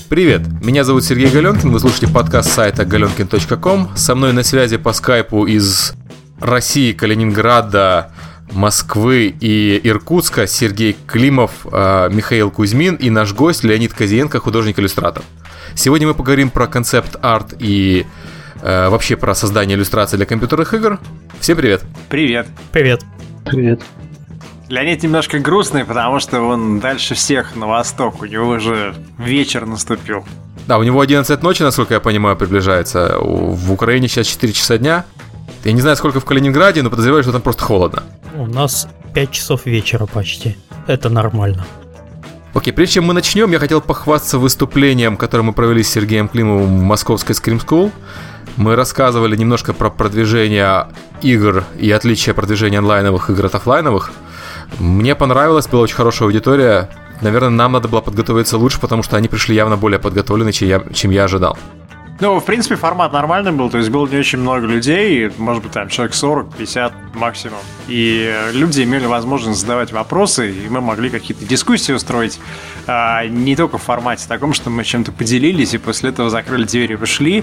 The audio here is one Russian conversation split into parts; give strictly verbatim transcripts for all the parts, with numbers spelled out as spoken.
Привет, меня зовут Сергей Галенкин, вы слушаете подкаст сайта галенкин точка ком. Со мной на связи по скайпу из России, Калининграда, Москвы и Иркутска Сергей Климов, Михаил Кузьмин и наш гость Леонид Козиенко, художник-иллюстратор. Сегодня мы поговорим про концепт-арт и э, вообще про создание иллюстраций для компьютерных игр. Всем привет! Привет! Привет! Привет! Леонид немножко грустный, потому что он дальше всех на восток, у него уже вечер наступил. Да, у него одиннадцать ночи, насколько я понимаю, приближается. В Украине сейчас четыре часа дня. Я не знаю, сколько в Калининграде, но подозреваю, что там просто холодно. У нас пять часов вечера почти. Это нормально. Окей, прежде чем мы начнем, я хотел похвастаться выступлением, которое мы провели с Сергеем Климовым в московской Scream School. Мы рассказывали немножко про продвижение игр и отличие продвижения онлайновых игр от офлайновых. Мне понравилось, была очень хорошая аудитория. Наверное, нам надо было подготовиться лучше, потому что они пришли явно более подготовлены, чем я, чем я ожидал. Ну, в принципе, формат нормальный был, то есть было не очень много людей, может быть, там человек сорок-пятьдесят максимум. И люди имели возможность задавать вопросы, и мы могли какие-то дискуссии устроить, а, не только в формате таком, что мы чем-то поделились, и после этого закрыли дверь и вышли.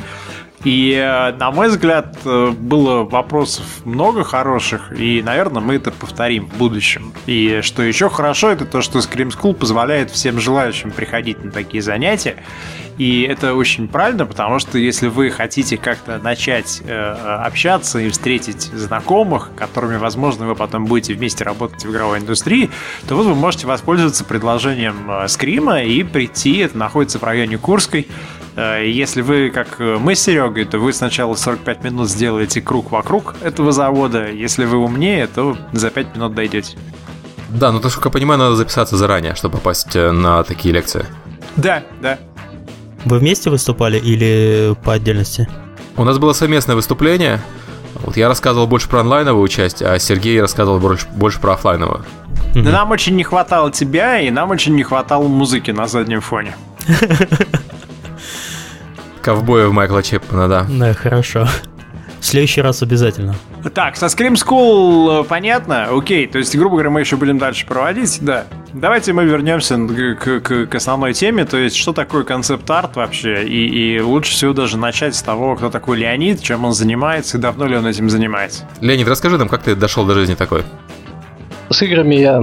И, на мой взгляд, было вопросов много хороших, и, наверное, мы это повторим в будущем. И что еще хорошо, это то, что Scream School позволяет всем желающим приходить на такие занятия. И это очень правильно, потому что если вы хотите как-то начать э, общаться и встретить знакомых, которыми, возможно, вы потом будете вместе работать в игровой индустрии, то вот вы можете воспользоваться предложением Скрима и прийти. Это находится в районе Курской. Если вы, как мы с Серегой, то вы сначала сорок пять минут сделаете круг вокруг этого завода. Если вы умнее, то за пять минут дойдете. Да, но, насколько я понимаю, надо записаться заранее, чтобы попасть на такие лекции. Да, да. Вы вместе выступали или по отдельности? У нас было совместное выступление. Вот я рассказывал больше про онлайновую часть, а Сергей рассказывал больше, больше про офлайновую. Mm-hmm. Нам очень не хватало тебя, и нам очень не хватало музыки на заднем фоне. Ковбоев Майкла Чепмана, да. Да, хорошо. В следующий раз обязательно. Так, со Scream School понятно? Окей, то есть, грубо говоря, мы еще будем дальше проводить, да. Давайте мы вернемся к, к, к основной теме, то есть, что такое концепт-арт вообще, и, и лучше всего даже начать с того, кто такой Леонид, чем он занимается и давно ли он этим занимается. Леонид, расскажи нам, как ты дошел до жизни такой? С играми я,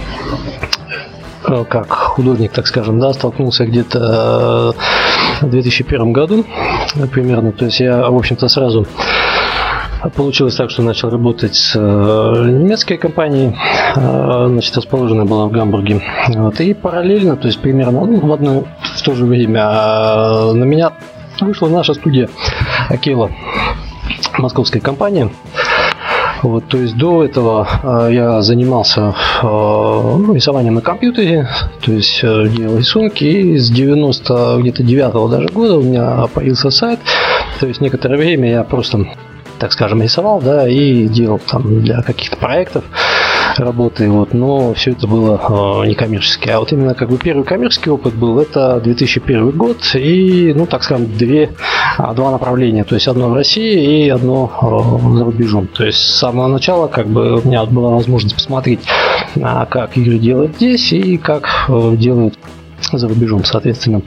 как художник, так скажем, да, столкнулся где-то в две тысячи первом году примерно, то есть я, в общем-то, сразу... Получилось так, что начал работать с немецкой компанией, значит, расположенная была в Гамбурге. Вот, и параллельно, то есть примерно ну, в одно в то же время на меня вышла наша студия Акела, московская компания. Вот, то есть до этого я занимался ну, рисованием на компьютере, то есть делал рисунки, и с девяносто девятого даже года у меня появился сайт, то есть некоторое время я просто, так скажем, рисовал, да, и делал там для каких-то проектов работы, вот, но все это было э, некоммерчески. А вот именно как бы первый коммерческий опыт был, это две тысячи первый год, и, ну, так скажем, две, два направления, то есть одно в России и одно э, за рубежом. То есть с самого начала как бы у меня была возможность посмотреть, а, как игры делают здесь и как э, делают за рубежом, соответственно.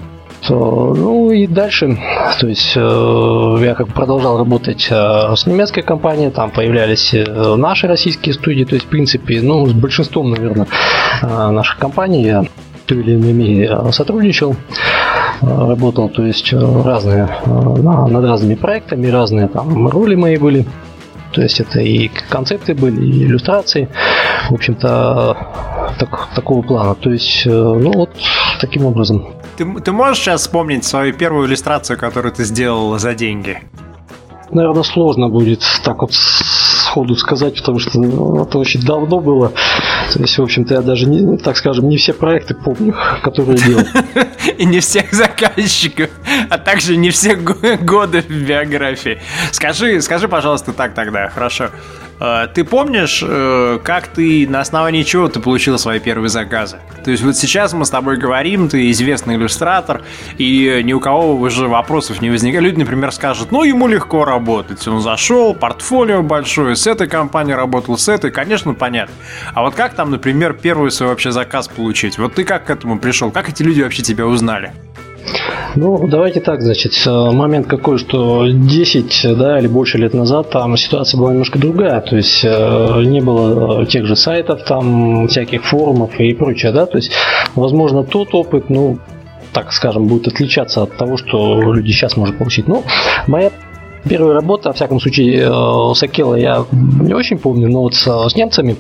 Ну и дальше, то есть я как бы продолжал работать с немецкой компанией, там появлялись наши российские студии, то есть в принципе, ну с большинством, наверное, наших компаний я в той или иной мере сотрудничал, работал, то есть разные, над разными проектами, разные там роли мои были. То есть это и концепты были, и иллюстрации, в общем-то, так, такого плана. То есть, ну вот, таким образом. Ты, ты можешь сейчас вспомнить свою первую иллюстрацию, которую ты сделал за деньги? Наверное, сложно будет так вот сходу сказать, потому что ну, это очень давно было. То есть, в общем-то, я даже, не, так скажем, не все проекты помню, которые делал. И не всех заказчиков, а также не все годы в биографии. Скажи, скажи, пожалуйста, так тогда, хорошо. Ты помнишь, как ты, на основании чего ты получил свои первые заказы? То есть вот сейчас мы с тобой говорим, ты известный иллюстратор, и ни у кого уже вопросов не возникает. Люди, например, скажут, ну, ему легко работать. Он зашел, портфолио большое, с этой компанией работал, с этой, конечно, понятно. А вот как там, например, первый свой вообще заказ получить? Вот ты как к этому пришел? Как эти люди вообще тебя узнали? Ну, давайте так, значит, момент какой, что десять, да, или больше лет назад там ситуация была немножко другая, то есть не было тех же сайтов, там всяких форумов и прочее, да, то есть, возможно, тот опыт, ну, так скажем, будет отличаться от того, что люди сейчас могут получить. Ну, моя первая работа, во всяком случае, с Акела я не очень помню, но вот с, с немцами,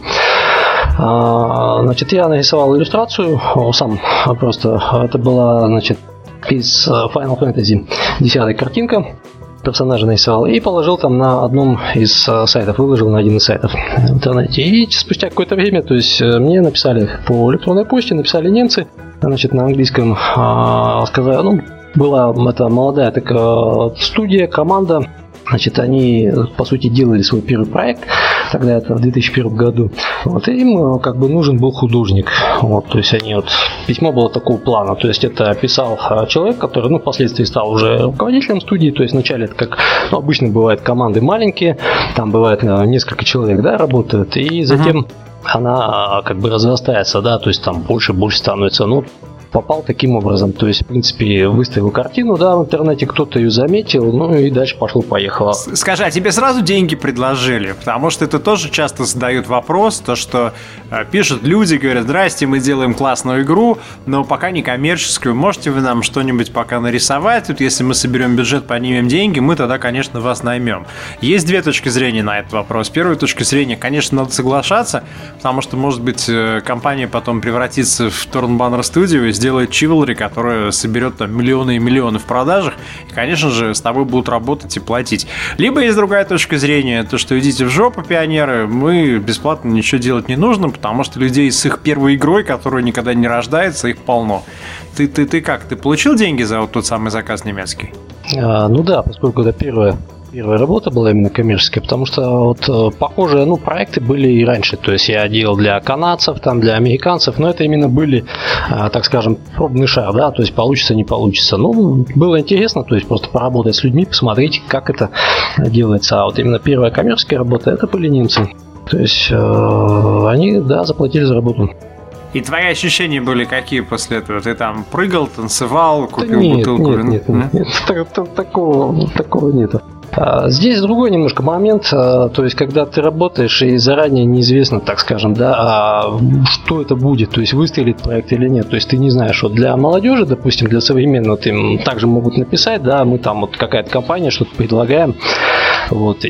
значит, я нарисовал иллюстрацию сам, просто это была, значит, из Final Fantasy десять картинка, персонажа нарисовал и положил там на одном из сайтов, выложил на один из сайтов в интернете. И спустя какое-то время, то есть мне написали по электронной почте, написали немцы, значит, на английском, сказали, ну, была это молодая такая студия, команда. Значит, они, по сути, делали свой первый проект, тогда это в две тысячи первом году. Вот, и им как бы нужен был художник. Вот, то есть они вот, письмо было такого плана. То есть это писал человек, который, ну, впоследствии стал уже руководителем студии. То есть вначале это как, ну, обычно бывают команды маленькие, там бывает несколько человек, да, работают, и затем uh-huh. она как бы разрастается, да, то есть там больше и больше становится. Ну, попал таким образом, то есть, в принципе, выставил картину, да, в интернете, кто-то ее заметил, ну и дальше пошло-поехало. Скажи, а тебе сразу деньги предложили? Потому что это тоже часто задают вопрос, то, что э, пишут люди, говорят, здрасте, мы делаем классную игру, но пока не коммерческую, можете вы нам что-нибудь пока нарисовать? Тут, если мы соберем бюджет, поднимем деньги, мы тогда, конечно, вас наймем. Есть две точки зрения на этот вопрос. Первая точка зрения, конечно, надо соглашаться, потому что, может быть, компания потом превратится в Thornbanner Studio и сделает Chivalry, которая соберет там миллионы и миллионы в продажах, и, конечно же, с тобой будут работать и платить. Либо есть другая точка зрения, то, что идите в жопу, пионеры, мы бесплатно ничего делать не нужно, потому что людей с их первой игрой, которая никогда не рождается, их полно. Ты, ты, ты как? Ты получил деньги за вот тот самый заказ немецкий? А, ну да, поскольку это первая Первая работа была именно коммерческая, потому что вот похожие, ну, проекты были и раньше. То есть я делал для канадцев, там, для американцев, но это именно были, так скажем, пробный шар, да, то есть получится, не получится. Ну, было интересно, то есть просто поработать с людьми, посмотреть, как это делается. А вот именно первая коммерческая работа, это были немцы. То есть э, они, да, заплатили за работу. И твои ощущения были какие после этого? Ты там прыгал, танцевал, купил да нет, бутылку? Нет, нет, нет, нет, нет, такого, такого нету. Здесь другой немножко момент, то есть когда ты работаешь и заранее неизвестно, так скажем, да, а что это будет, то есть выстрелит проект или нет, то есть ты не знаешь, вот для молодежи, допустим, для современного, ты также могут написать, да, мы там вот какая-то компания что-то предлагаем, вот,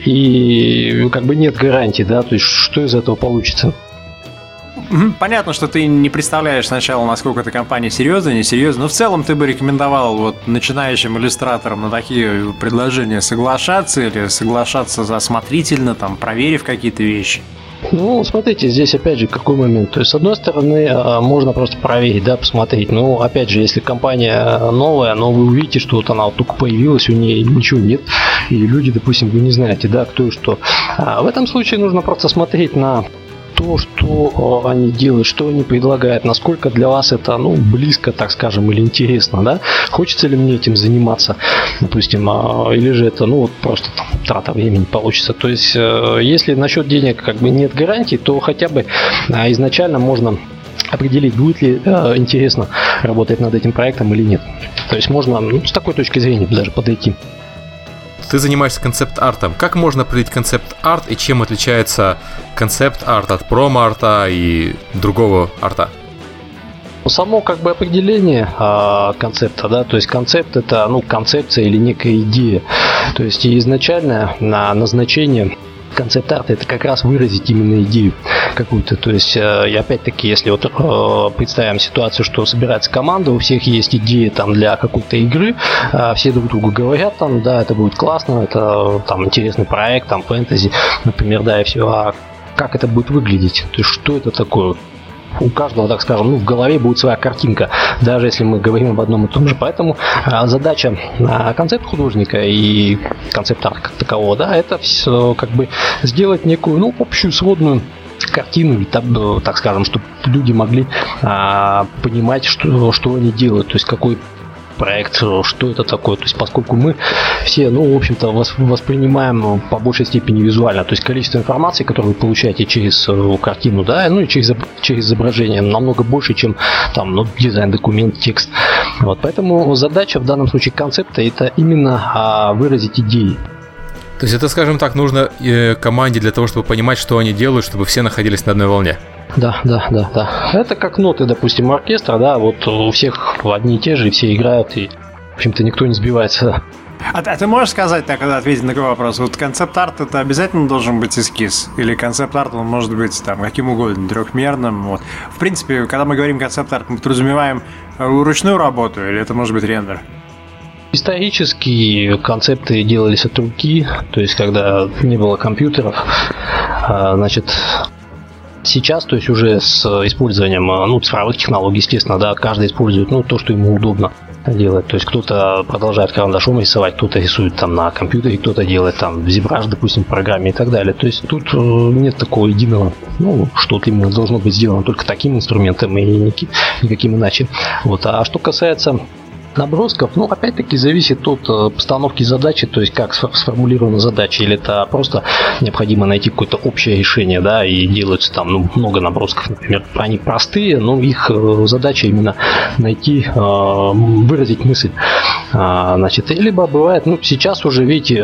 и как бы нет гарантии, да, то есть что из этого получится. Понятно, что ты не представляешь сначала, насколько эта компания серьезная, несерьезная, но в целом ты бы рекомендовал вот начинающим иллюстраторам на такие предложения соглашаться или соглашаться осмотрительно, там, проверив какие-то вещи? Ну, смотрите, здесь опять же какой момент. То есть, с одной стороны, можно просто проверить, да, посмотреть. Но, опять же, если компания новая, но вы увидите, что вот она вот только появилась, у нее ничего нет, и люди, допустим, вы не знаете, да, кто и что. А в этом случае нужно просто смотреть на то, что они делают, что они предлагают, насколько для вас это, ну, близко, так скажем, или интересно, да? Хочется ли мне этим заниматься, допустим, или же это, ну, вот просто там, трата времени получится. То есть, если насчет денег как бы нет гарантий, то хотя бы изначально можно определить, будет ли интересно работать над этим проектом или нет. То есть можно, ну, с такой точки зрения даже подойти. Ты занимаешься концепт-артом. Как можно определить концепт-арт и чем отличается концепт-арт от промо-арта и другого арта? Само как бы определение а, концепта, да, то есть концепт это, ну, концепция или некая идея. То есть изначально на назначение концепт-арт это как раз выразить именно идею какую-то. То есть, и опять-таки, если вот э, представим ситуацию, что собирается команда, у всех есть идея там для какой-то игры, э, все друг другу говорят там, да, это будет классно, это там интересный проект, там фэнтези, например, да, и все. А как это будет выглядеть? То есть, что это такое? У каждого, так скажем, ну, в голове будет своя картинка, даже если мы говорим об одном и том же. Поэтому а, задача а, концепт-художника и концепт-арт как такового, да, это все как бы сделать некую, ну, общую сводную картину, так, так скажем, чтобы люди могли а, понимать, что, что они делают, то есть какой проект, что это такое. То есть, поскольку мы все, ну, в общем-то, воспринимаем по большей степени визуально, то есть количество информации, которую вы получаете через картину, да, ну и через, через изображение намного больше, чем там, ну, дизайн, документ, текст. Вот, поэтому задача в данном случае концепта – это именно а, выразить идеи. То есть это, скажем так, нужно э, команде для того, чтобы понимать, что они делают, чтобы все находились на одной волне. Да, да, да, да. Это как ноты, допустим, оркестра, да, вот у всех одни и те же, и все играют, и, в общем-то, никто не сбивается. А, а ты можешь сказать, так, когда ответить на такой вопрос, вот концепт-арт это обязательно должен быть эскиз? Или концепт-арт он может быть там каким угодно, трехмерным? Вот. В принципе, когда мы говорим концепт-арт, мы подразумеваем ручную работу или это может быть рендер? Исторически концепты делались от руки, то есть когда не было компьютеров, значит, сейчас, то есть уже с использованием ну, цифровых технологий, естественно, да, каждый использует ну, то, что ему удобно делать. То есть кто-то продолжает карандашом рисовать, кто-то рисует там на компьютере, кто-то делает там ZBrush, допустим, в программе и так далее. То есть тут нет такого единого, ну, что именно должно быть сделано только таким инструментом и никаким иначе. Вот. А что касается набросков, ну, опять-таки, зависит от постановки задачи, то есть как сформулирована задача, или это просто необходимо найти какое-то общее решение, да, и делается там ну, много набросков, например, они простые, но их задача именно найти, выразить мысль, значит, либо бывает, ну, сейчас уже, видите,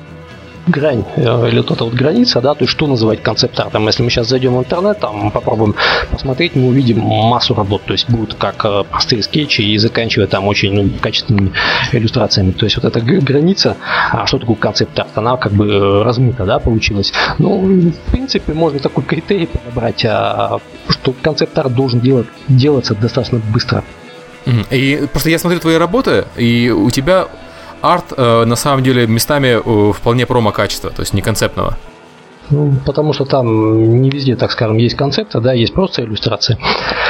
грань, или вот эта вот граница, да, то есть что называть концепт-артом. Если мы сейчас зайдем в интернет, там попробуем посмотреть, мы увидим массу работ, то есть будут как простые скетчи и заканчивая там очень ну, качественными иллюстрациями. То есть вот эта граница, а что такое концепт-арт, она как бы размыта, да, получилась. Ну, в принципе, можно такой критерий подобрать, а, что концепт-арт должен делать, делаться достаточно быстро. И просто я смотрю твои работы, и у тебя арт, э, на самом деле, местами э, вполне промо-качества, то есть не концептного. Ну, потому что там не везде, так скажем, есть концепты, да, есть просто иллюстрации.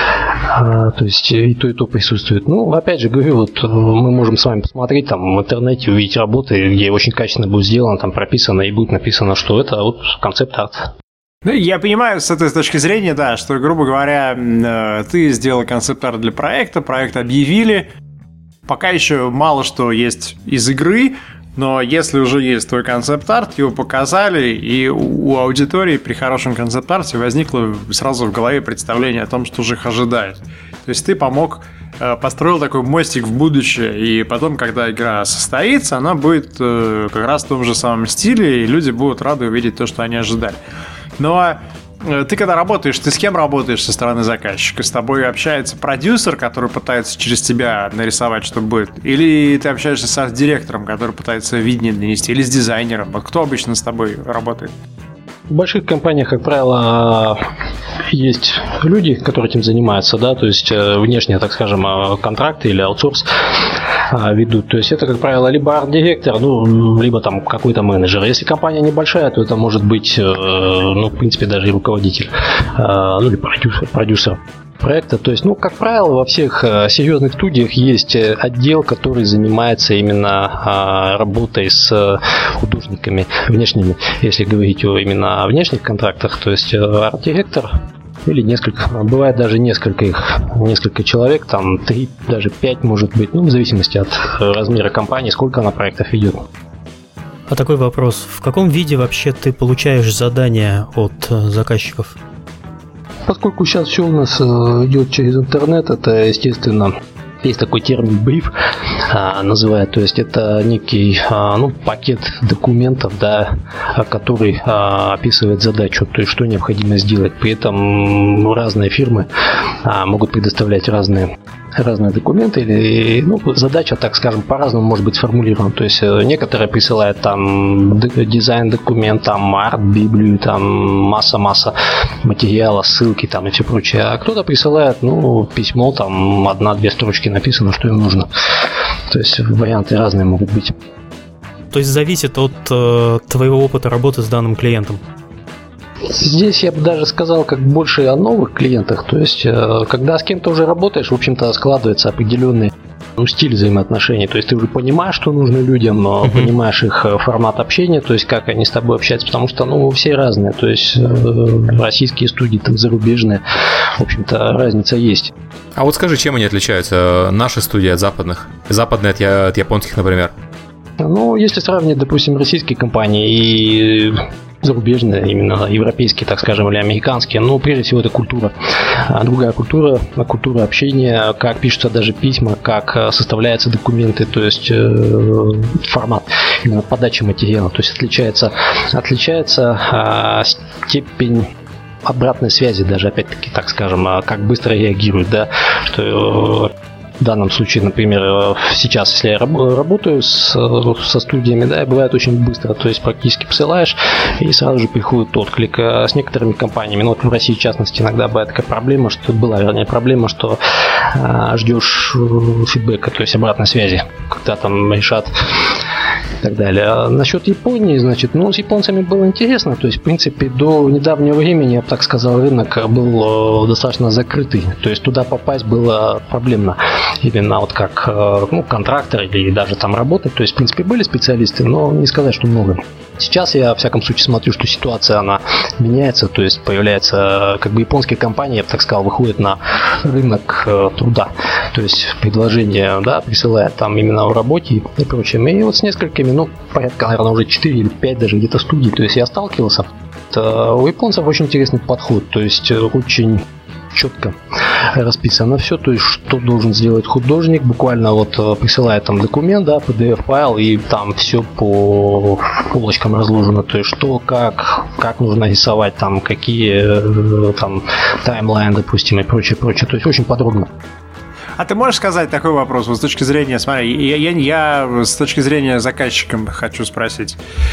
А, то есть и то, и то присутствует. Ну, опять же, говорю, вот мы можем с вами посмотреть там в интернете, увидеть работы, где очень качественно будет сделано, там прописано и будет написано, что это вот концепт-арт. Ну, я понимаю с этой точки зрения, да, что, грубо говоря, ты сделал концепт-арт для проекта, проект объявили. Пока еще мало что есть из игры, но если уже есть твой концепт-арт, его показали, и у аудитории при хорошем концепт-арте возникло сразу в голове представление о том, что же их ожидает. То есть ты помог, построил такой мостик в будущее, и потом, когда игра состоится, она будет как раз в том же самом стиле, и люди будут рады увидеть то, что они ожидали. Но ты когда работаешь, ты с кем работаешь со стороны заказчика? С тобой общается продюсер, который пытается через тебя нарисовать, что будет? Или ты общаешься с арт-директором, который пытается видение донести? Или с дизайнером? Вот кто обычно с тобой работает? В больших компаниях, как правило, есть люди, которые этим занимаются, да, то есть внешние, так скажем, контракты или аутсорс ведут. То есть это, как правило, либо арт-директор, ну, либо там какой-то менеджер. Если компания небольшая, то это может быть, ну, в принципе, даже и руководитель, ну, или продюсер, продюсер проекта. То есть, ну, как правило, во всех серьезных студиях есть отдел, который занимается именно работой с художниками внешними. Если говорить о именно о внешних контрактах, то есть арт-директор или несколько, бывает даже несколько их, несколько человек, там три, даже пять может быть, ну, в зависимости от размера компании, сколько она проектов ведет. А такой вопрос, в каком виде вообще ты получаешь задания от заказчиков? Поскольку сейчас все у нас идет через интернет, это, естественно, есть такой термин бриф, называют, то есть это некий ну, пакет документов, да, который описывает задачу, то есть что необходимо сделать. При этом разные фирмы могут предоставлять разные разные документы, или, ну, задача, так скажем, по-разному может быть сформулирована. То есть некоторые присылают там дизайн-документ, там арт-библию, там масса-масса материала, ссылки там и все прочее. А кто-то присылает, ну, письмо, там одна-две строчки написано, что им нужно. То есть варианты разные могут быть. То есть зависит от э, твоего опыта работы с данным клиентом? Здесь я бы даже сказал как больше о новых клиентах. То есть, когда с кем-то уже работаешь, в общем-то, складывается определенный ну, стиль взаимоотношений. То есть, ты уже понимаешь, что нужно людям, uh-huh. понимаешь их формат общения, то есть, как они с тобой общаются, потому что, ну, все разные. То есть, российские студии, там, зарубежные, в общем-то, разница есть. А вот скажи, чем они отличаются, наши студии от западных? Западные от, от японских, например? Ну, если сравнивать, допустим, российские компании и зарубежные, именно европейские, так скажем, или американские, ну, прежде всего, это культура. Другая культура, культура общения, как пишутся даже письма, как составляются документы, то есть э, формат именно подачи материала, то есть отличается, отличается э, степень обратной связи, даже опять-таки, так скажем, как быстро реагируют, да, что в данном случае, например, сейчас, если я работаю с, со студиями, да, бывает очень быстро, то есть практически посылаешь, и сразу же приходит отклик. С некоторыми компаниями, ну вот в России в частности, иногда бывает такая проблема, что была, вернее, проблема, что а, ждешь фидбэка, то есть обратной связи, когда там решат и так далее. А насчет Японии, значит, ну, с японцами было интересно, то есть, в принципе, до недавнего времени, я бы так сказал, рынок был достаточно закрытый, то есть туда попасть было проблемно. Именно вот как ну, контрактор или даже там работать. То есть, в принципе, были специалисты, но не сказать, что много. Сейчас я, во всяком случае, смотрю, что ситуация, она меняется, то есть появляется, как бы японские компании, я бы так сказал, выходят на рынок э, труда. То есть предложение, да, присылают там именно в работе и прочее. И вот с несколькими, ну, порядка, наверное, уже четыре или пять даже где-то студий, то есть я сталкивался. Это, у японцев очень интересный подход, то есть очень четко расписано все, то есть что должен сделать художник, буквально вот присылает там документ, да, пи ди эф-файл, и там все по полочкам разложено, то есть что, как, как нужно рисовать, там, какие там таймлайн, допустим, и прочее, прочее, то есть очень подробно. А ты можешь сказать такой вопрос, вот с точки зрения, смотри, я, я, я с точки зрения заказчика хочу спросить.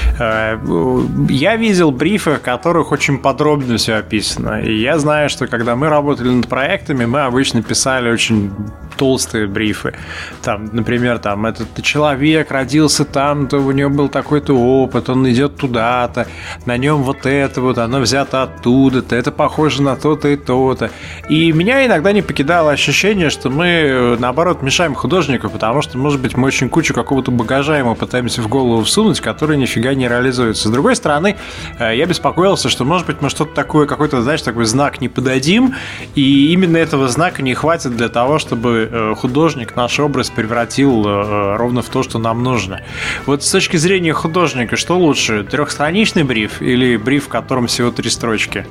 Я видел брифы, в которых очень подробно все описано. И я знаю, что когда мы работали над проектами, мы обычно писали очень толстые брифы. Там, например, там, этот человек родился там, то у него был такой-то опыт, он идет туда-то, на нем вот это вот, оно взято оттуда-то, это похоже на то-то и то-то. И меня иногда не покидало ощущение, что мы, наоборот, мешаем художнику, потому что, может быть, мы очень кучу какого-то багажа ему пытаемся в голову всунуть, который нифига не реализуется. С другой стороны, я беспокоился, что, может быть, мы что-то такое, какой-то, знаешь, такой знак не подадим, и именно этого знака не хватит для того, чтобы художник наш образ превратил ровно в то, что нам нужно. Вот с точки зрения художника, что лучше, трехстраничный бриф или бриф, в котором всего три строчки?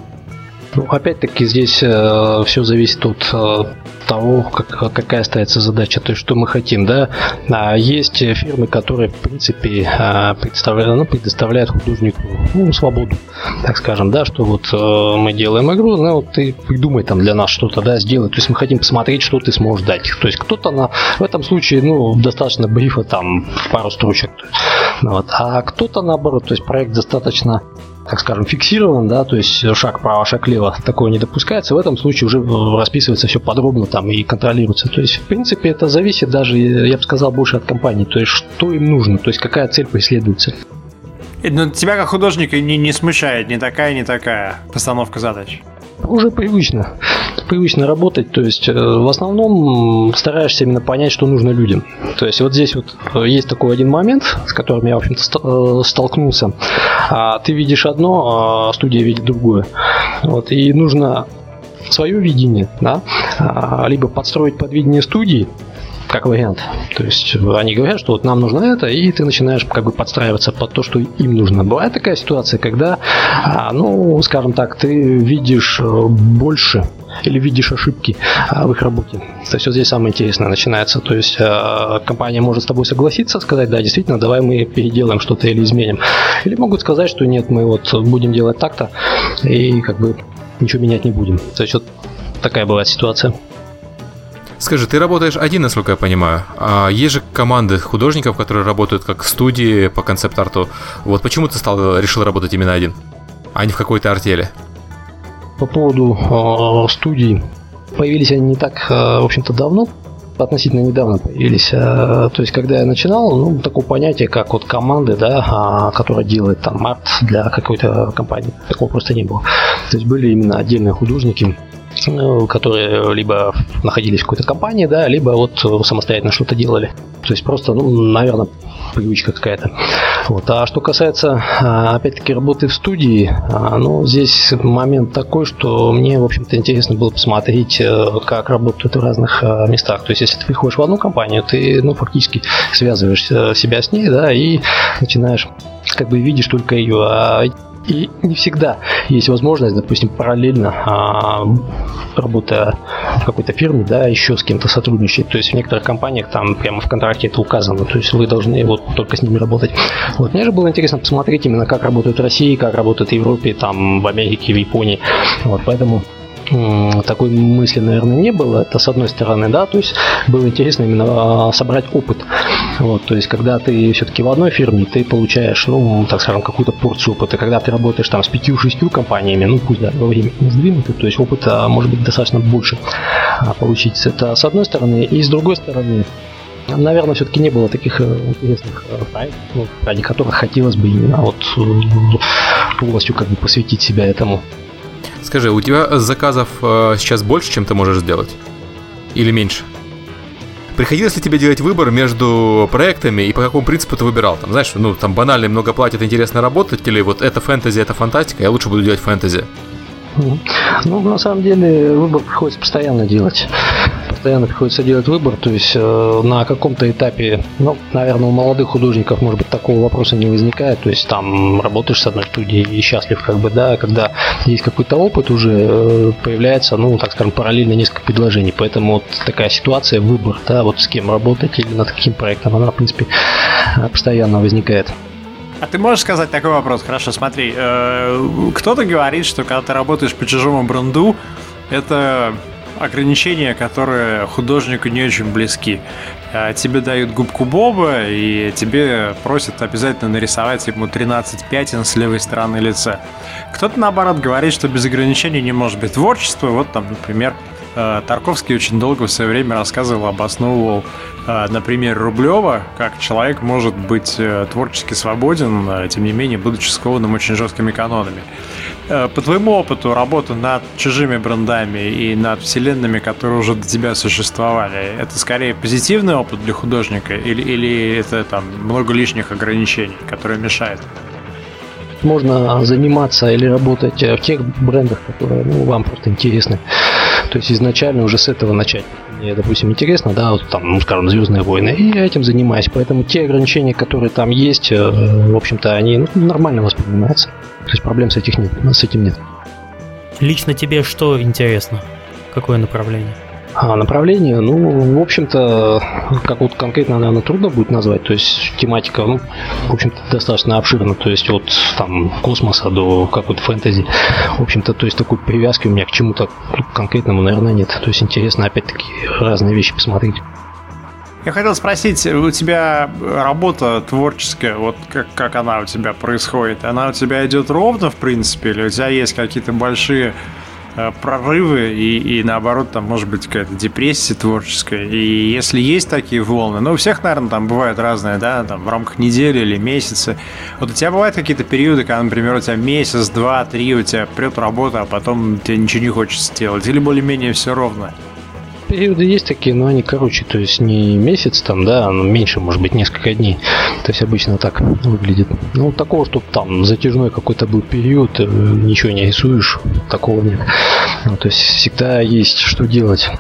Ну, опять-таки, здесь э, все зависит от э, того, как, какая ставится задача, то есть что мы хотим, да. А есть фирмы, которые, в принципе, э, предоставляют, ну, предоставляют художнику, ну, свободу, так скажем, да, что вот э, мы делаем игру, ну, вот ты придумай там для нас что-то, да, сделай, то есть мы хотим посмотреть, что ты сможешь дать. То есть кто-то на, в этом случае, ну, достаточно брифа там в пару строчек, вот. А кто-то наоборот, то есть проект достаточно, так скажем, фиксирован, да, то есть шаг вправо, шаг влево, такое не допускается. В этом случае уже расписывается все подробно там и контролируется. То есть, в принципе, это зависит даже, я бы сказал, больше от компании. То есть, что им нужно, то есть, какая цель преследуется. Но тебя как художника не, не смущает ни такая, ни такая постановка задач? Уже привычно. Привычно работать, то есть в основном стараешься именно понять, что нужно людям. То есть вот здесь вот есть такой один момент, с которым я, в общем-то, столкнулся. Ты видишь одно, а студия видит другое. Вот, и нужно свое видение, да, либо подстроить под видение студии, как вариант. То есть они говорят, что вот нам нужно это, и ты начинаешь как бы подстраиваться под то, что им нужно. Бывает такая ситуация, когда, ну, скажем так, ты видишь больше или видишь ошибки в их работе. То есть вот здесь самое интересное начинается. То есть компания может с тобой согласиться, сказать, да, действительно, давай мы переделаем что-то или изменим. Или могут сказать, что нет, мы вот будем делать так-то, и как бы ничего менять не будем. То есть вот такая бывает ситуация. Скажи, ты работаешь один, насколько я понимаю. А есть же команды художников, которые работают как студии по концепт-арту. Вот почему ты стал, решил работать именно один, а не в какой-то артели? По поводу э, студий. Появились они не так, э, в общем-то, давно. Относительно недавно появились. Э, то есть, когда я начинал, ну, такого понятия, как вот команды, да, э, которая делает там арт для какой-то компании. Такого просто не было. То есть, были именно отдельные художники, которые либо находились в какой-то компании, да, либо вот самостоятельно что-то делали. То есть просто, ну, наверное, привычка какая-то. Вот. А что касается, опять-таки, работы в студии, ну, здесь момент такой, что мне, в общем-то, интересно было посмотреть, как работают в разных местах. То есть, если ты приходишь в одну компанию, ты, ну, фактически связываешь себя с ней, да, и начинаешь, как бы, видишь только ее. А И не всегда есть возможность, допустим, параллельно а, работая в какой-то фирме, да, еще с кем-то сотрудничать. То есть в некоторых компаниях там прямо в контракте это указано. То есть вы должны вот только с ними работать. Вот мне же было интересно посмотреть именно, как работают в России, как работают в Европе, там, в Америке, в Японии. Вот поэтому такой мысли, наверное, не было. Это с одной стороны, да, то есть было интересно именно собрать опыт. Вот, то есть, когда ты все-таки в одной фирме, ты получаешь, ну, так скажем, какую-то порцию опыта. Когда ты работаешь там с пятью-шестью компаниями, ну, пусть да, во время не сдвинуты, то есть опыта может быть достаточно больше получить. Это с одной стороны. И с другой стороны, наверное, все-таки не было таких интересных проектов, ну, ради которых хотелось бы именно вот полностью как бы посвятить себя этому. Скажи, у тебя заказов э, сейчас больше, чем ты можешь сделать? Или меньше? Приходилось ли тебе делать выбор между проектами и по какому принципу ты выбирал? Там, знаешь, ну, там банально много платят, интересно работать, или вот это фэнтези, это фантастика, я лучше буду делать фэнтези? Ну, на самом деле, выбор приходится постоянно делать. Постоянно приходится делать выбор, то есть э, на каком-то этапе, ну, наверное, у молодых художников, может быть, такого вопроса не возникает, то есть там работаешь с одной студией и счастлив, как бы, да, когда есть какой-то опыт уже, э, появляется, ну, так скажем, параллельно несколько предложений, поэтому вот такая ситуация, выбор, да, вот с кем работать или над каким проектом, она, в принципе, постоянно возникает. А ты можешь сказать такой вопрос? Хорошо, смотри, э, кто-то говорит, что когда ты работаешь по чужому бренду, это ограничения, которые художнику не очень близки. Тебе дают губку Боба, и тебе просят обязательно нарисовать ему тринадцать пятен с левой стороны лица. Кто-то, наоборот, говорит, что без ограничений не может быть творчества. Вот там, например, Тарковский очень долго в свое время рассказывал, обосновывал на примере Рублева, как человек может быть творчески свободен, тем не менее, будучи скованным очень жесткими канонами. По твоему опыту работы над чужими брендами и над вселенными, которые уже до тебя существовали, это скорее позитивный опыт для художника или, или это там много лишних ограничений, которые мешают? Можно заниматься или работать в тех брендах, которые, ну, вам просто интересны. То есть изначально уже с этого начать. Мне, допустим, интересно, да, вот там, ну, скажем, «Звездные войны», и я этим занимаюсь. Поэтому те ограничения, которые там есть, в общем-то, они, ну, нормально воспринимаются. То есть проблем с этих нет, с этим нет. Лично тебе что интересно? Какое направление? А направление, ну, в общем-то, как вот конкретно, наверное, трудно будет назвать. То есть тематика, ну, в общем-то, достаточно обширна. То есть от там космоса до какой-то фэнтези. В общем-то, то есть такой привязки у меня к чему-то конкретному, наверное, нет. То есть интересно, опять-таки, разные вещи посмотреть. Я хотел спросить, у тебя работа творческая, вот как, как она у тебя происходит? Она у тебя идет ровно, в принципе, или у тебя есть какие-то большие прорывы и, и наоборот, там может быть какая-то депрессия творческая? И если есть такие волны, ну, у всех, наверное, там бывают разные, да, там в рамках недели или месяца. Вот у тебя бывают какие-то периоды, когда, например, у тебя месяц, два, три, у тебя прет работа, а потом тебе ничего не хочется делать, или более-менее все ровно? Периоды есть такие, но они короче, то есть не месяц там, да, но меньше, может быть, несколько дней. То есть обычно так выглядит. Ну, такого, чтобы там затяжной какой-то был период, ничего не рисуешь, такого нет. Ну, то есть всегда есть что делать.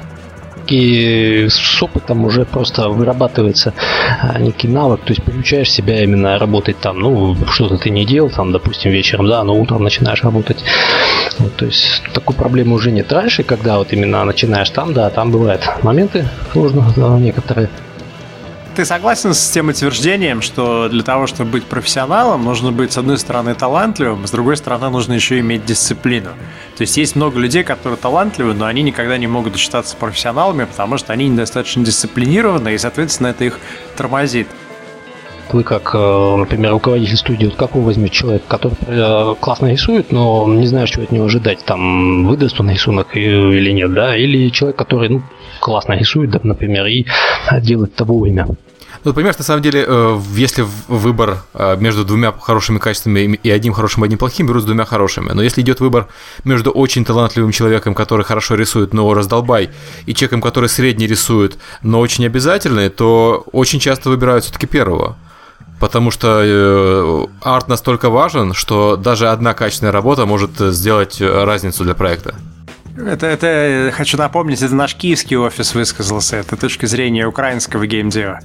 И с опытом уже просто вырабатывается некий навык, то есть приучаешь себя именно работать там, ну, что-то ты не делал, там, допустим, вечером, да, но утром начинаешь работать. Вот, то есть такой проблемы уже нет. Раньше, когда вот именно начинаешь там, да, там бывают моменты сложные, да, некоторые. Ты согласен с тем утверждением, что для того, чтобы быть профессионалом, нужно быть, с одной стороны, талантливым, с другой стороны, нужно еще иметь дисциплину? То есть есть много людей, которые талантливы, но они никогда не могут считаться профессионалами, потому что они недостаточно дисциплинированы, и, соответственно, это их тормозит. Вы как, например, руководитель студии, вот как вы возьмете человека, который классно рисует, но не знаешь, что от него ожидать, там, выдаст он рисунок или нет, да, или человек, который, ну, классно рисует, да, например, и делает это вовремя. Ну, понимаешь, на самом деле, если выбор между двумя хорошими качествами и одним хорошим, и одним плохим, берут с двумя хорошими. Но если идет выбор между очень талантливым человеком, который хорошо рисует, но раздолбай, и человеком, который средне рисует, но очень обязательный, то очень часто выбирают все-таки первого. Потому что э, арт настолько важен, что даже одна качественная работа может сделать разницу для проекта. Это, это, хочу напомнить, это наш киевский офис высказался. Это точка зрения украинского геймдева.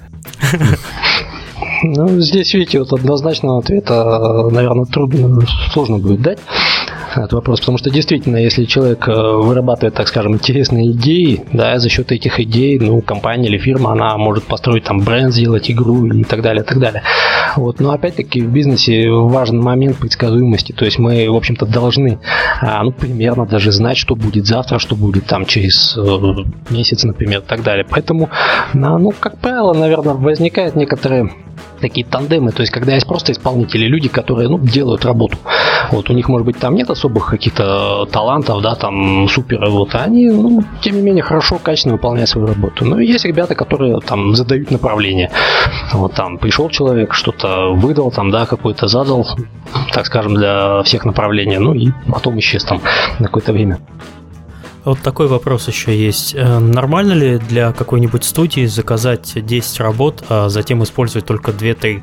Ну, здесь, видите, вот однозначного ответа, наверное, трудно, сложно будет дать на этот вопрос, потому что действительно, если человек вырабатывает, так скажем, интересные идеи, да, за счет этих идей, ну, компания или фирма, она может построить там бренд, сделать игру и так далее, и так далее. Вот, но опять-таки в бизнесе важен момент предсказуемости, то есть мы, в общем-то, должны, ну, примерно даже знать, что будет завтра, что будет там через месяц, например, и так далее. Поэтому, ну, как правило, наверное, возникают некоторые такие тандемы, то есть когда есть просто исполнители, люди, которые, ну, делают работу. Вот, у них, может быть, там нет особых каких-то талантов, да, там, супер, вот, они, ну, тем не менее, хорошо, качественно выполняют свою работу. Но есть ребята, которые там задают направление. Вот там пришел человек, что-то выдал, там, да, какой-то задал, так скажем, для всех направлений, ну, и потом исчез там на какое-то время. Вот такой вопрос еще есть. Нормально ли для какой-нибудь студии заказать десять работ, а затем использовать только две-три?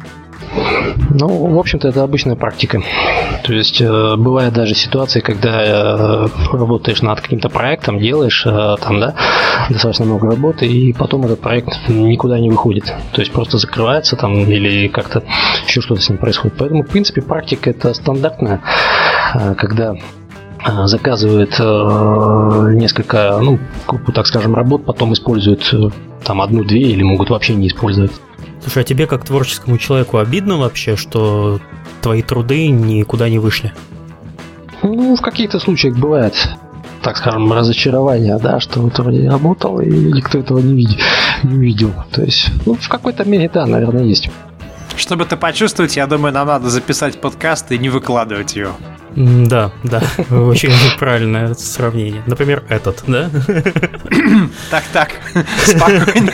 Ну, в общем-то, это обычная практика. То есть, э, бывают даже ситуации, когда э, работаешь над каким-то проектом, делаешь э, там, да, достаточно много работы, и потом этот проект никуда не выходит. То есть, просто закрывается там или как-то еще что-то с ним происходит. Поэтому, в принципе, практика это стандартная, э, когда заказывает э, несколько, ну, группу, так скажем, работ, потом используют э, там одну-две или могут вообще не использовать. Слушай, а тебе как творческому человеку обидно вообще, что твои труды никуда не вышли? Ну, в каких-то случаях бывает, так скажем, разочарование, да, что вот вроде работал, и никто этого не видел, не видел. То есть, ну, в какой-то мере, да, наверное, есть. Чтобы это почувствовать, я думаю, нам надо записать подкаст и не выкладывать его. Да, да, очень правильное сравнение. Например, этот, да? Так, так, спокойно.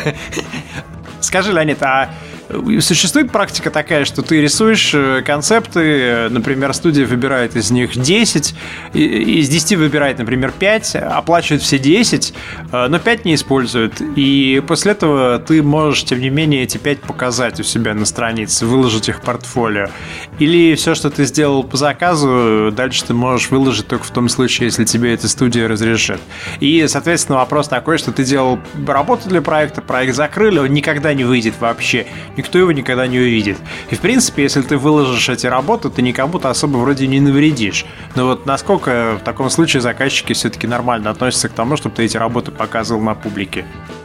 Скажи, Леонид, а существует практика такая, что ты рисуешь концепты, например, студия выбирает из них десять, из десяти выбирает, например, пять, оплачивает все десять, но пять не использует, и после этого ты можешь, тем не менее, эти пять показать у себя на странице, выложить их в портфолио. Или все, что ты сделал по заказу, дальше ты можешь выложить только в том случае, если тебе эта студия разрешит. И, соответственно, вопрос такой, что ты делал работу для проекта, проект закрыли, он никогда не выйдет вообще. Никто его никогда не увидит. И, в принципе, если ты выложишь эти работы, ты никому-то особо вроде не навредишь. Но вот насколько в таком случае заказчики все-таки нормально относятся к тому, чтобы ты эти работы показывал на публике?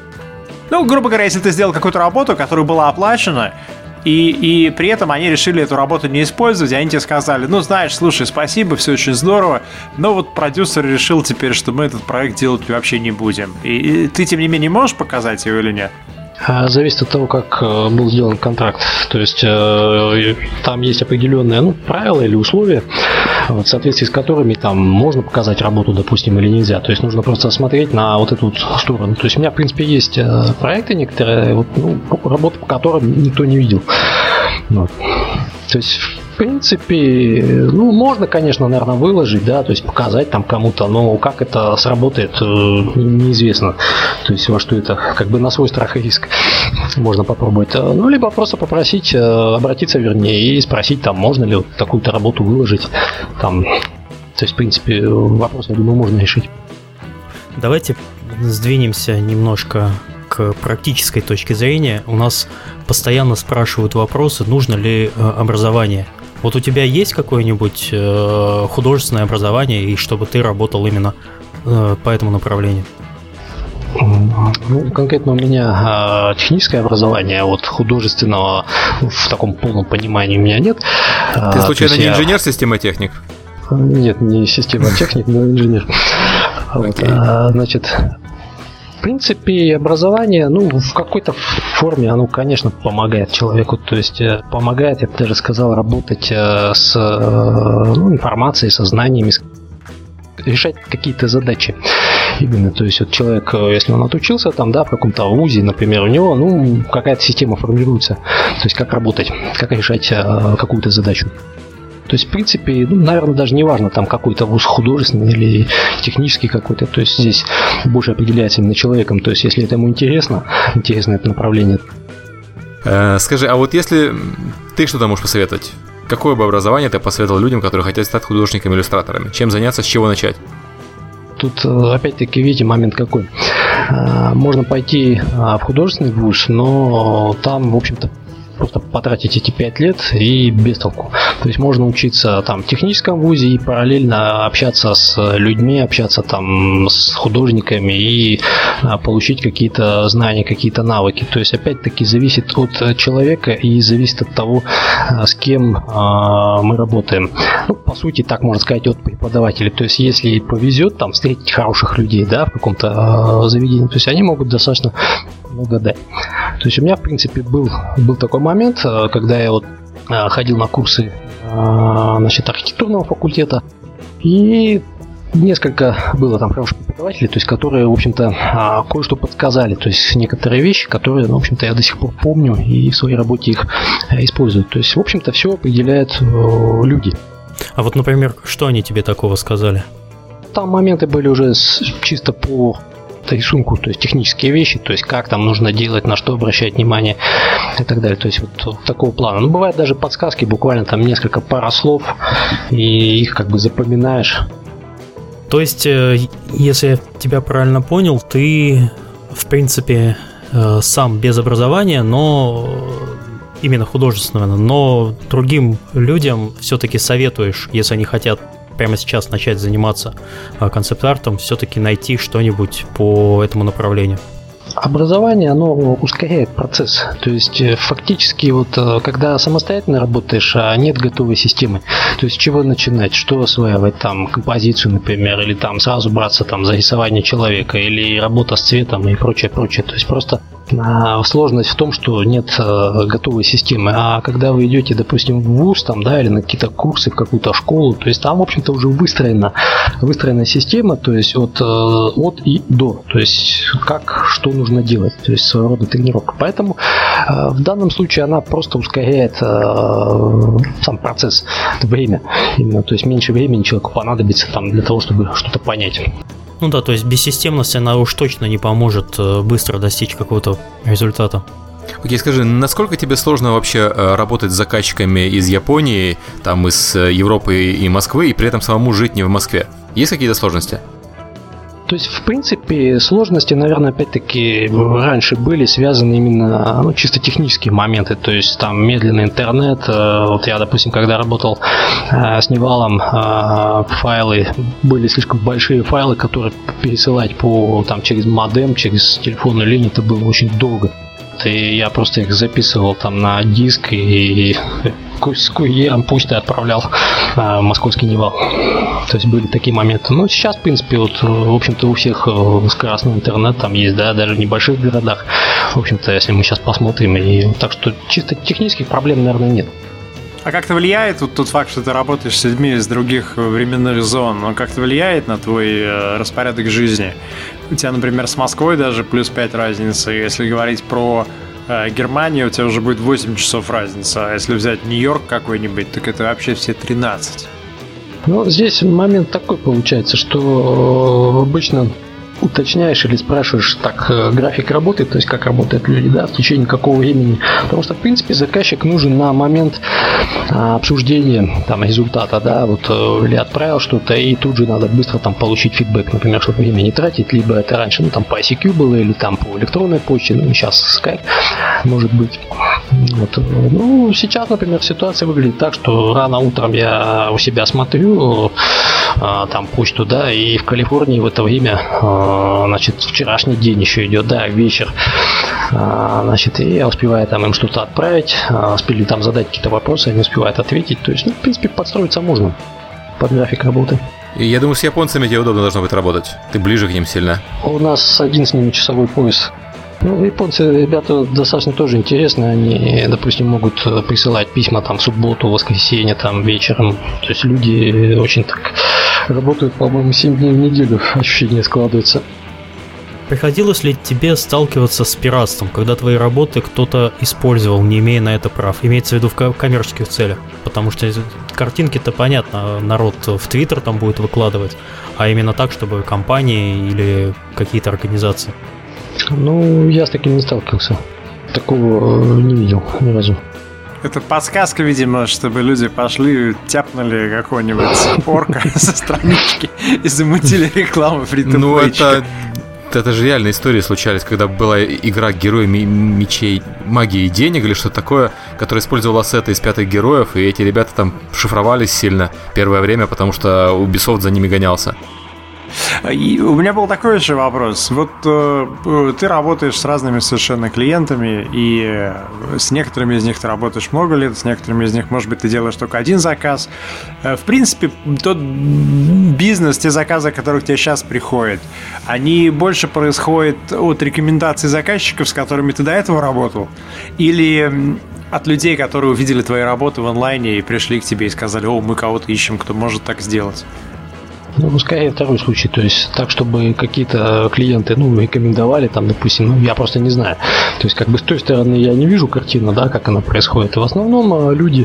Ну, грубо говоря, если ты сделал какую-то работу, которая была оплачена, и, и при этом они решили эту работу не использовать, и они тебе сказали, ну, знаешь, слушай, спасибо, все очень здорово, но вот продюсер решил теперь, что мы этот проект делать вообще не будем. И, и ты, тем не менее, можешь показать его или нет? Зависит от того, как был сделан контракт. То есть э, там есть определенные, ну, правила или условия, в соответствии с которыми там можно показать работу, допустим, или нельзя. То есть нужно просто смотреть на вот эту вот сторону. То есть у меня, в принципе, есть проекты некоторые, вот, ну, работы, по которым никто не видел. Вот. То есть, в принципе, ну, можно, конечно, наверное, выложить, да, то есть показать там кому-то, но как это сработает, неизвестно. То есть, во что это, как бы на свой страх и риск можно попробовать. Ну, либо просто попросить, обратиться, вернее, и спросить, там, можно ли вот такую-то работу выложить. Там, то есть, в принципе, вопрос, я думаю, можно решить. Давайте сдвинемся немножко к практической точке зрения. У нас постоянно спрашивают вопросы, нужно ли образование. Вот у тебя есть какое-нибудь э, художественное образование, и чтобы ты работал именно э, по этому направлению? Ну, конкретно у меня э, техническое образование, вот художественного в таком полном понимании у меня нет. Ты случайно не я... инженер-системотехник? Нет, не системотехник, но инженер. Вот, а, значит, в принципе, образование, ну, в какой-то форме оно, конечно, помогает человеку. То есть помогает, я бы даже сказал, работать с, ну, информацией, со знаниями, решать какие-то задачи. Именно, то есть вот человек, если он отучился там, да, в каком-то вузе, например, у него, ну, какая-то система формируется, то есть как работать, как решать э, какую-то задачу. То есть, в принципе, ну, наверное, даже не важно, там какой-то вуз художественный или технический какой-то, то есть здесь больше определяется именно человеком, то есть если это ему интересно, интересно это направление. Э, скажи, а вот если ты что-то можешь посоветовать, какое бы образование ты посоветовал людям, которые хотят стать художниками-иллюстраторами? Чем заняться, с чего начать? Тут, опять-таки, видите, момент какой. Можно пойти в художественный вуз, но там, в общем-то, просто потратить эти пять лет и без толку. То есть можно учиться там в техническом вузе и параллельно общаться с людьми, общаться там с художниками и а, получить какие-то знания, какие-то навыки. То есть опять-таки зависит от человека и зависит от того, а, с кем а, мы работаем. Ну, по сути, так можно сказать, от преподавателей. То есть если повезет там встретить хороших людей, да, в каком-то а, заведении, то есть они могут достаточно много дать. То есть у меня, в принципе, был, был такой момент, когда я вот ходил на курсы, значит, архитектурного факультета, и несколько было там хороших преподавателей, то есть которые, в общем-то, кое-что подсказали, то есть некоторые вещи, которые, ну, в общем-то, я до сих пор помню и в своей работе их использую. То есть, в общем-то, все определяют люди. А вот, например, что они тебе такого сказали? Там моменты были уже с, чисто по рисунку, то есть технические вещи, то есть как там нужно делать, на что обращать внимание и так далее. То есть вот, вот такого плана. Ну, бывают даже подсказки, буквально там несколько пара слов, и их как бы запоминаешь. То есть, если я тебя правильно понял, ты, в принципе, сам без образования, но именно художественного, но другим людям все-таки советуешь, если они хотят прямо сейчас начать заниматься концепт-артом, все-таки найти что-нибудь по этому направлению? Образование, оно ускоряет процесс. То есть фактически вот когда самостоятельно работаешь, а нет готовой системы, то есть с чего начинать, что осваивать, там композицию, например, или там сразу браться там за рисование человека, или работа с цветом и прочее, прочее. То есть просто сложность в том, что нет готовой системы. А когда вы идете, допустим, в вуз там, да, или на какие-то курсы, в какую-то школу, то есть там, в общем-то, уже выстроена, выстроена система, то есть от, от и до, то есть как, что нужно делать, то есть своего рода тренировка. Поэтому в данном случае она просто ускоряет сам процесс, время. Именно, то есть меньше времени человеку понадобится там для того, чтобы что-то понять. Ну да, то есть бессистемность, она уж точно не поможет быстро достичь какого-то результата. Окей, скажи, насколько тебе сложно вообще работать с заказчиками из Японии, там из Европы и Москвы, и при этом самому жить не в Москве? Есть какие-то сложности? То есть, в принципе, сложности, наверное, опять-таки раньше были связаны именно, ну, чисто технические моменты, то есть там медленный интернет. Вот я, допустим, когда работал с Невалом, файлы были слишком большие файлы, которые пересылать по там через модем, через телефонную линию, это было очень долго. И я просто их записывал там на диск и с курьером почты отправлял в московский Невал. То есть были такие моменты. Но сейчас, в принципе, вот, в общем-то, у всех скоростной интернет там есть, да, даже в небольших городах. В общем-то, если мы сейчас посмотрим, и так что чисто технических проблем, наверное, нет. А как-то влияет вот тот факт, что ты работаешь с людьми из других временных зон, он как-то влияет на твой э, распорядок жизни? У тебя, например, с Москвой даже плюс пять разницы. Если говорить про э, Германию, у тебя уже будет восемь часов разница. А если взять Нью-Йорк какой-нибудь, так это вообще все тринадцать. Ну, здесь момент такой получается, что э, обычно уточняешь или спрашиваешь, так, график работы, то есть как работают люди, да, в течение какого времени. Потому что, в принципе, заказчик нужен на момент а, обсуждения там результата, да, вот или отправил что-то, и тут же надо быстро там получить фидбэк, например, чтобы время не тратить, либо это раньше, ну, там по ай си кью было, или там по электронной почте, ну, сейчас Skype, может быть. Вот. Ну, сейчас, например, ситуация выглядит так, что рано утром я у себя смотрю а, там почту, да, и в Калифорнии в это время а, значит, вчерашний день еще идет, да, вечер, а, значит, и я успеваю там им что-то отправить, а, успели там задать какие-то вопросы, они успевают ответить, то есть, ну, в принципе, подстроиться можно под график работы. И я думаю, с японцами тебе удобно должно быть работать, ты ближе к ним сильно. У нас один с ними часовой пояс. Ну, японцы, ребята, достаточно тоже интересные. Они, допустим, могут присылать письма там в субботу, воскресенье, там вечером. То есть люди очень так работают, по-моему, семь дней в неделю, ощущение складывается. приходилось ли тебе сталкиваться с пиратством, когда твои работы кто-то использовал, не имея на это прав? Имеется в виду в коммерческих целях. Потому что картинки-то, понятно, народ в Твиттер там будет выкладывать, а именно так, чтобы компании или какие-то организации. Ну, я с таким не сталкивался. Такого не видел ни разу. Это подсказка, видимо, чтобы люди пошли, тяпнули какого-нибудь орка со странички и замутили рекламу фри-то-плейчика. Ну, это... Это же реальные истории случались, когда была игра «Герои мечей, магии и денег» или что-то такое, которая использовала ассеты из пятых героев, и эти ребята там шифровались сильно первое время, потому что Ubisoft за ними гонялся. И у меня был такой еще вопрос. Вот э, ты работаешь с разными совершенно клиентами, и с некоторыми из них ты работаешь много лет, с некоторыми из них, может быть, ты делаешь только один заказ. В принципе, тот бизнес, те заказы, которые к тебе сейчас приходят, они больше происходят от рекомендаций заказчиков, с которыми ты до этого работал, или от людей, которые увидели твои работы в онлайне и пришли к тебе и сказали: о, мы кого-то ищем, кто может так сделать? Ну, скорее второй случай, то есть так, чтобы какие-то клиенты, ну, рекомендовали, там, допустим, ну, я просто не знаю. То есть, как бы с той стороны я не вижу картину, да, как она происходит. И в основном люди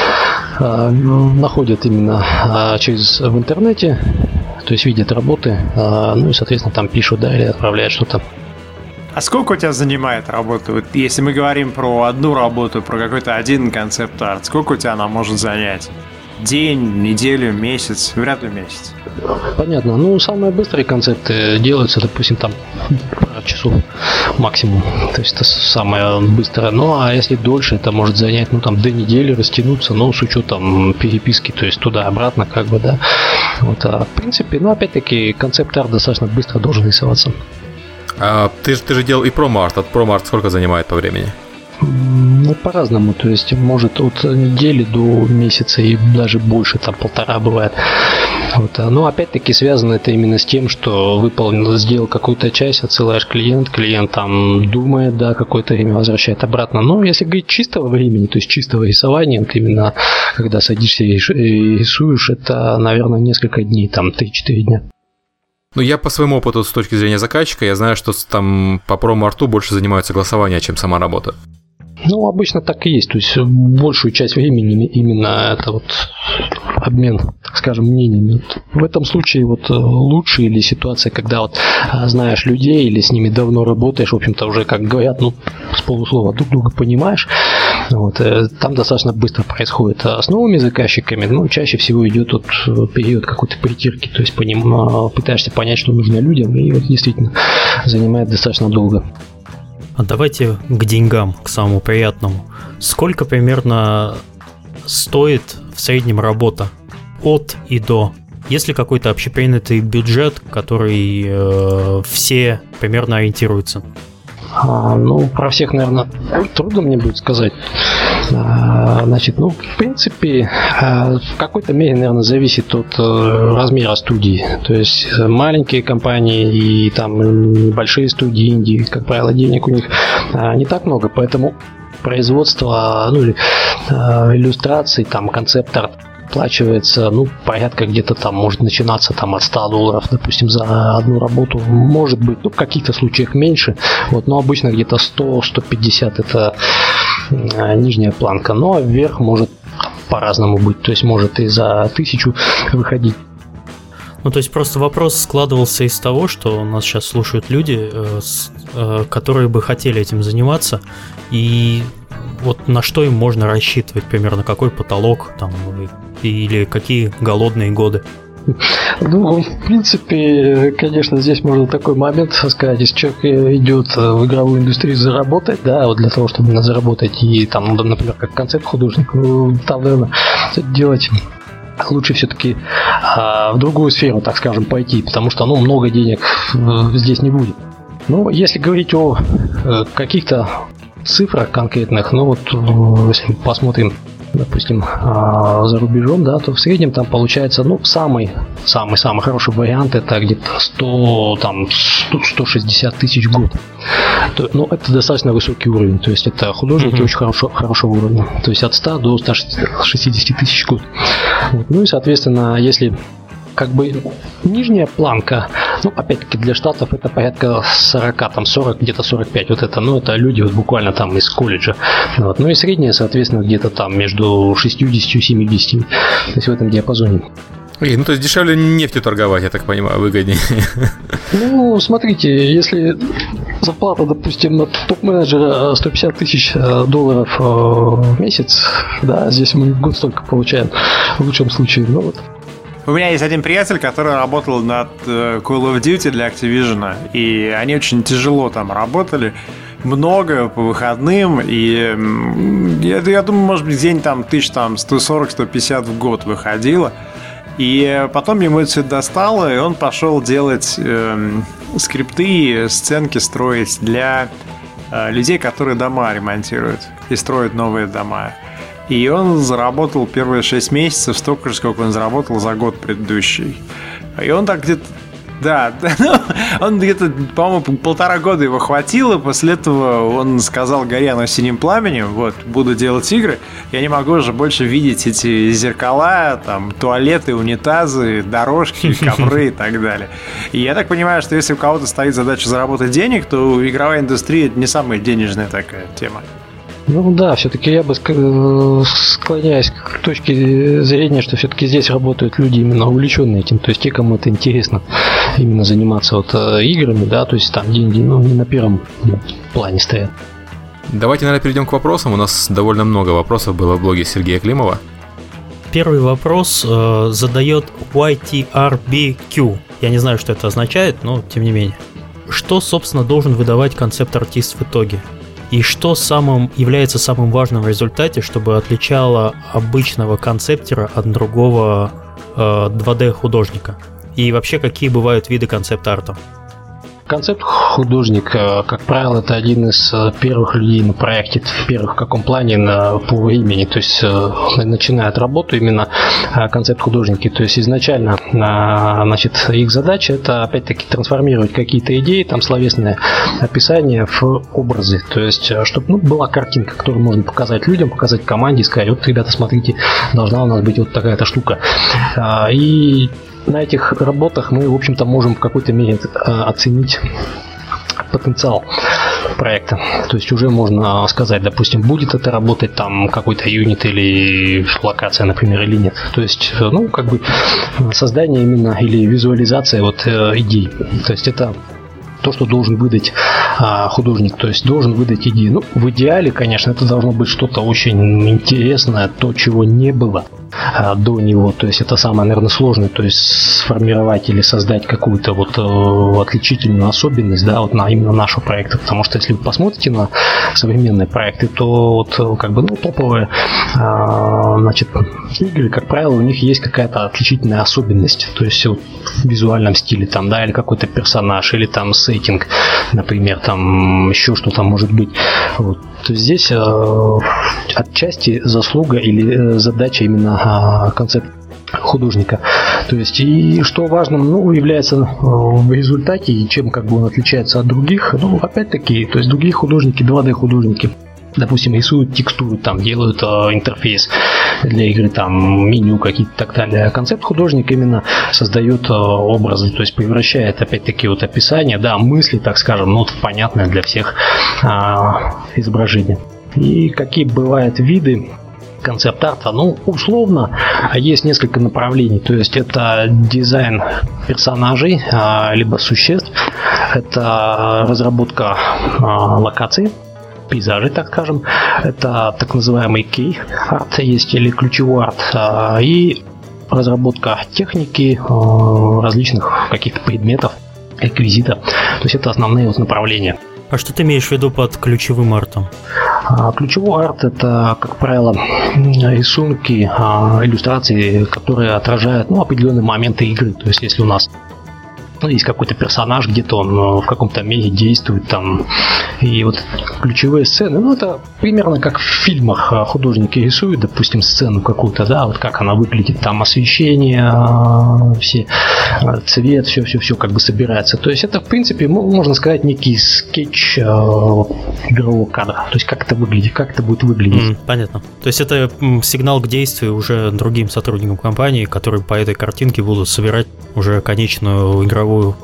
а, находят именно а, через в интернете, то есть видят работы, а, ну и, соответственно, там пишут, да, или отправляют что-то. А сколько у тебя занимает работа? Вот если мы говорим про одну работу, про какой-то один концепт-арт, сколько у тебя она может занять? День, неделю, месяц? Вряд ли месяц. Понятно. Ну, самые быстрые концепты делаются, допустим, там пару часов максимум. То есть это самое быстрое. Ну, а если дольше, это может занять, ну, там, до недели, растянуться, но с учетом переписки, то есть туда-обратно, как бы, да. Вот, а в принципе, ну, опять-таки, концепт-арт достаточно быстро должен рисоваться. А, ты, ты же делал и промо-арт. От промо-арт сколько занимает по времени? Ну, по-разному, то есть может от недели до месяца и даже больше, там полтора бывает. Вот. Но опять-таки связано это именно с тем, что выполнил, сделал какую-то часть, отсылаешь клиент, клиент там думает, да, какое-то время возвращает обратно. Но если говорить чистого времени, то есть чистого рисования, вот именно когда садишься и рисуешь, это, наверное, несколько дней, там три-четыре дня. Ну, я по своему опыту с точки зрения заказчика, я знаю, что там по промо-арту больше занимаются согласования, чем сама работа. Ну, обычно так и есть. То есть большую часть времени именно это вот обмен, так скажем, мнениями. В этом случае вот лучше или ситуация, когда вот знаешь людей или с ними давно работаешь, в общем-то уже, как говорят, ну, с полуслова друг друга понимаешь. Вот, там достаточно быстро происходит. А с новыми заказчиками, ну, чаще всего идет вот период какой-то притирки. То есть по ним пытаешься понять, что нужно людям, и вот действительно занимает достаточно долго. А давайте к деньгам, к самому приятному. Сколько примерно стоит в среднем работа от и до? Есть ли какой-то общепринятый бюджет, который э, все примерно ориентируются? А, ну, про всех, наверное, трудно мне будет сказать. А, значит, ну, в принципе, а, в какой-то мере, наверное, зависит от а, размера студии. То есть маленькие компании и там небольшие студии Индии, как правило, денег у них а, не так много, поэтому производство, ну, или а, иллюстраций, там, концепт-арт оплачивается, ну, порядка где-то там может начинаться там от ста долларов, допустим, за одну работу. Может быть, ну, в каких-то случаях меньше, вот, но обычно где-то сто - сто пятьдесят это э, нижняя планка, но вверх может по-разному быть, то есть может и за тысячу выходить. Ну, то есть просто вопрос складывался из того, что нас сейчас слушают люди, э, с, э, которые бы хотели этим заниматься, и вот на что им можно рассчитывать примерно, какой потолок там, или какие голодные годы? Ну, в принципе, конечно, здесь можно такой момент сказать, если человек идет в игровую индустрию заработать, да, вот для того, чтобы именно заработать, и там, например, как концепт-художник, там, наверное, делать лучше все-таки а, в другую сферу, так скажем, пойти, потому что, ну, много денег здесь не будет. Ну, если говорить о э, каких-то цифрах конкретных, ну, вот, если мы посмотрим, допустим, э, за рубежом, да, то в среднем там получается, ну, самый, самый, самый хороший вариант это где-то сто, там, сто шестьдесят тысяч в год. То, ну, это достаточно высокий уровень, то есть это художники mm-hmm. очень хорошо, хорошего уровня, то есть от ста до ста шестидесяти тысяч в год. Вот. Ну и, соответственно, если как бы нижняя планка, Ну, опять-таки, для штатов это порядка сорок, там сорок, где-то сорок пять, вот это, ну, это люди вот буквально там из колледжа. Вот. Ну и среднее, соответственно, где-то там между шестьдесят и семьдесят, то есть в этом диапазоне. И, ну, то есть дешевле нефтью торговать, я так понимаю, выгоднее. Ну, смотрите, если зарплата, допустим, на топ-менеджера сто пятьдесят тысяч долларов в месяц, да, здесь мы в год столько получаем, в лучшем случае, ну вот. У меня есть один приятель, который работал над Call of Duty для Activision, и они очень тяжело там работали, много по выходным, и я, я думаю, может быть, день там тысяч там сто сорок - сто пятьдесят в год выходило. И потом ему это все достало, и он пошел делать э, скрипты, сценки строить для э, людей, которые дома ремонтируют и строят новые дома. И он заработал первые шесть месяцев столько же, сколько он заработал за год предыдущий. И он так где-то... Да, он где-то, по-моему, полтора года его хватило. После этого он сказал горе оно синим пламенем: вот, буду делать игры. Я не могу уже больше видеть эти зеркала, там, туалеты, унитазы, дорожки, ковры и так далее. И я так понимаю, что если у кого-то стоит задача заработать денег, то игровая индустрия — это не самая денежная такая тема. Ну да, все-таки я бы склоняюсь к точке зрения, что все-таки здесь работают люди именно увлеченные этим, то есть те, кому это интересно, именно заниматься вот играми, да, то есть там деньги, ну, не на первом плане стоят. Давайте, наверное, перейдем к вопросам. У нас довольно много вопросов было в блоге Сергея Климова. Первый вопрос э, задает уай ти ар би кью. Я не знаю, что это означает, но тем не менее. Что, собственно, должен выдавать концепт-артист в итоге? И что самым, является самым важным в результате, чтобы отличало обычного концептера от другого э, два дэ-художника? И вообще, какие бывают виды концепт-арта? Концепт-художник, как правило, это один из первых людей на проекте, первых в каком плане на, по времени, то есть начинают работу именно концепт-художники, то есть изначально, значит, их задача это опять-таки трансформировать какие-то идеи, там словесное описание в образы, то есть чтобы, ну, была картинка, которую можно показать людям, показать команде и сказать: вот, ребята, смотрите, должна у нас быть вот такая-то штука. И на этих работах мы, в общем-то, можем в какой-то мере оценить потенциал проекта. То есть уже можно сказать, допустим, будет это работать там какой-то юнит или локация, например, или нет. То есть, ну, как бы создание именно или визуализация вот идей. То есть это то, что должен выдать а, художник, то есть должен выдать идею. Ну, в идеале, конечно, это должно быть что-то очень интересное, то, чего не было а, до него. То есть это самое, наверное, сложное, то есть сформировать или создать какую-то вот э, отличительную особенность, да, вот на именно нашего проекта. Потому что если вы посмотрите на современные проекты, то вот как бы, ну, топовые а, значит, игры, как правило, у них есть какая-то отличительная особенность. То есть вот, в визуальном стиле там, да, или какой-то персонаж, или там сеттинг, например, там еще что-то может быть. Вот. То есть здесь э, отчасти заслуга или э, задача именно э, концепт художника. То есть, и что важным, ну, является э, в результате, и чем как бы он отличается от других, ну, опять-таки, то есть другие художники, два дэ-художники, допустим, рисуют текстуру, там, делают э, интерфейс для игры, там, меню какие-то и так далее. А концепт-художник именно создает э, образы, то есть превращает, опять-таки, вот описание, да, мысли, так скажем, ну, вот, понятное для всех э, изображение. И какие бывают виды концепт-арта? Ну, условно, есть несколько направлений. То есть это дизайн персонажей, э, либо существ, это разработка э, локаций, пейзажи, так скажем. Это так называемый кей-арт есть, или ключевой арт, и разработка техники, различных каких-то предметов, реквизита. То есть это основные вот направления. А что ты имеешь в виду под ключевым артом? Ключевой арт — это, как правило, рисунки, иллюстрации, которые отражают, ну, определенные моменты игры. То есть если у нас, ну, есть какой-то персонаж, где-то он в каком-то месте действует там, и вот ключевые сцены, ну, это примерно как в фильмах художники рисуют, допустим, сцену какую-то, да, вот как она выглядит, там освещение, все, цвет, все-все-все как бы собирается. То есть это, в принципе, можно сказать, некий скетч э, игрового кадра, то есть как это выглядит, как это будет выглядеть. Mm, понятно. То есть это сигнал к действию уже другим сотрудникам компании, которые по этой картинке будут собирать уже конечную игровую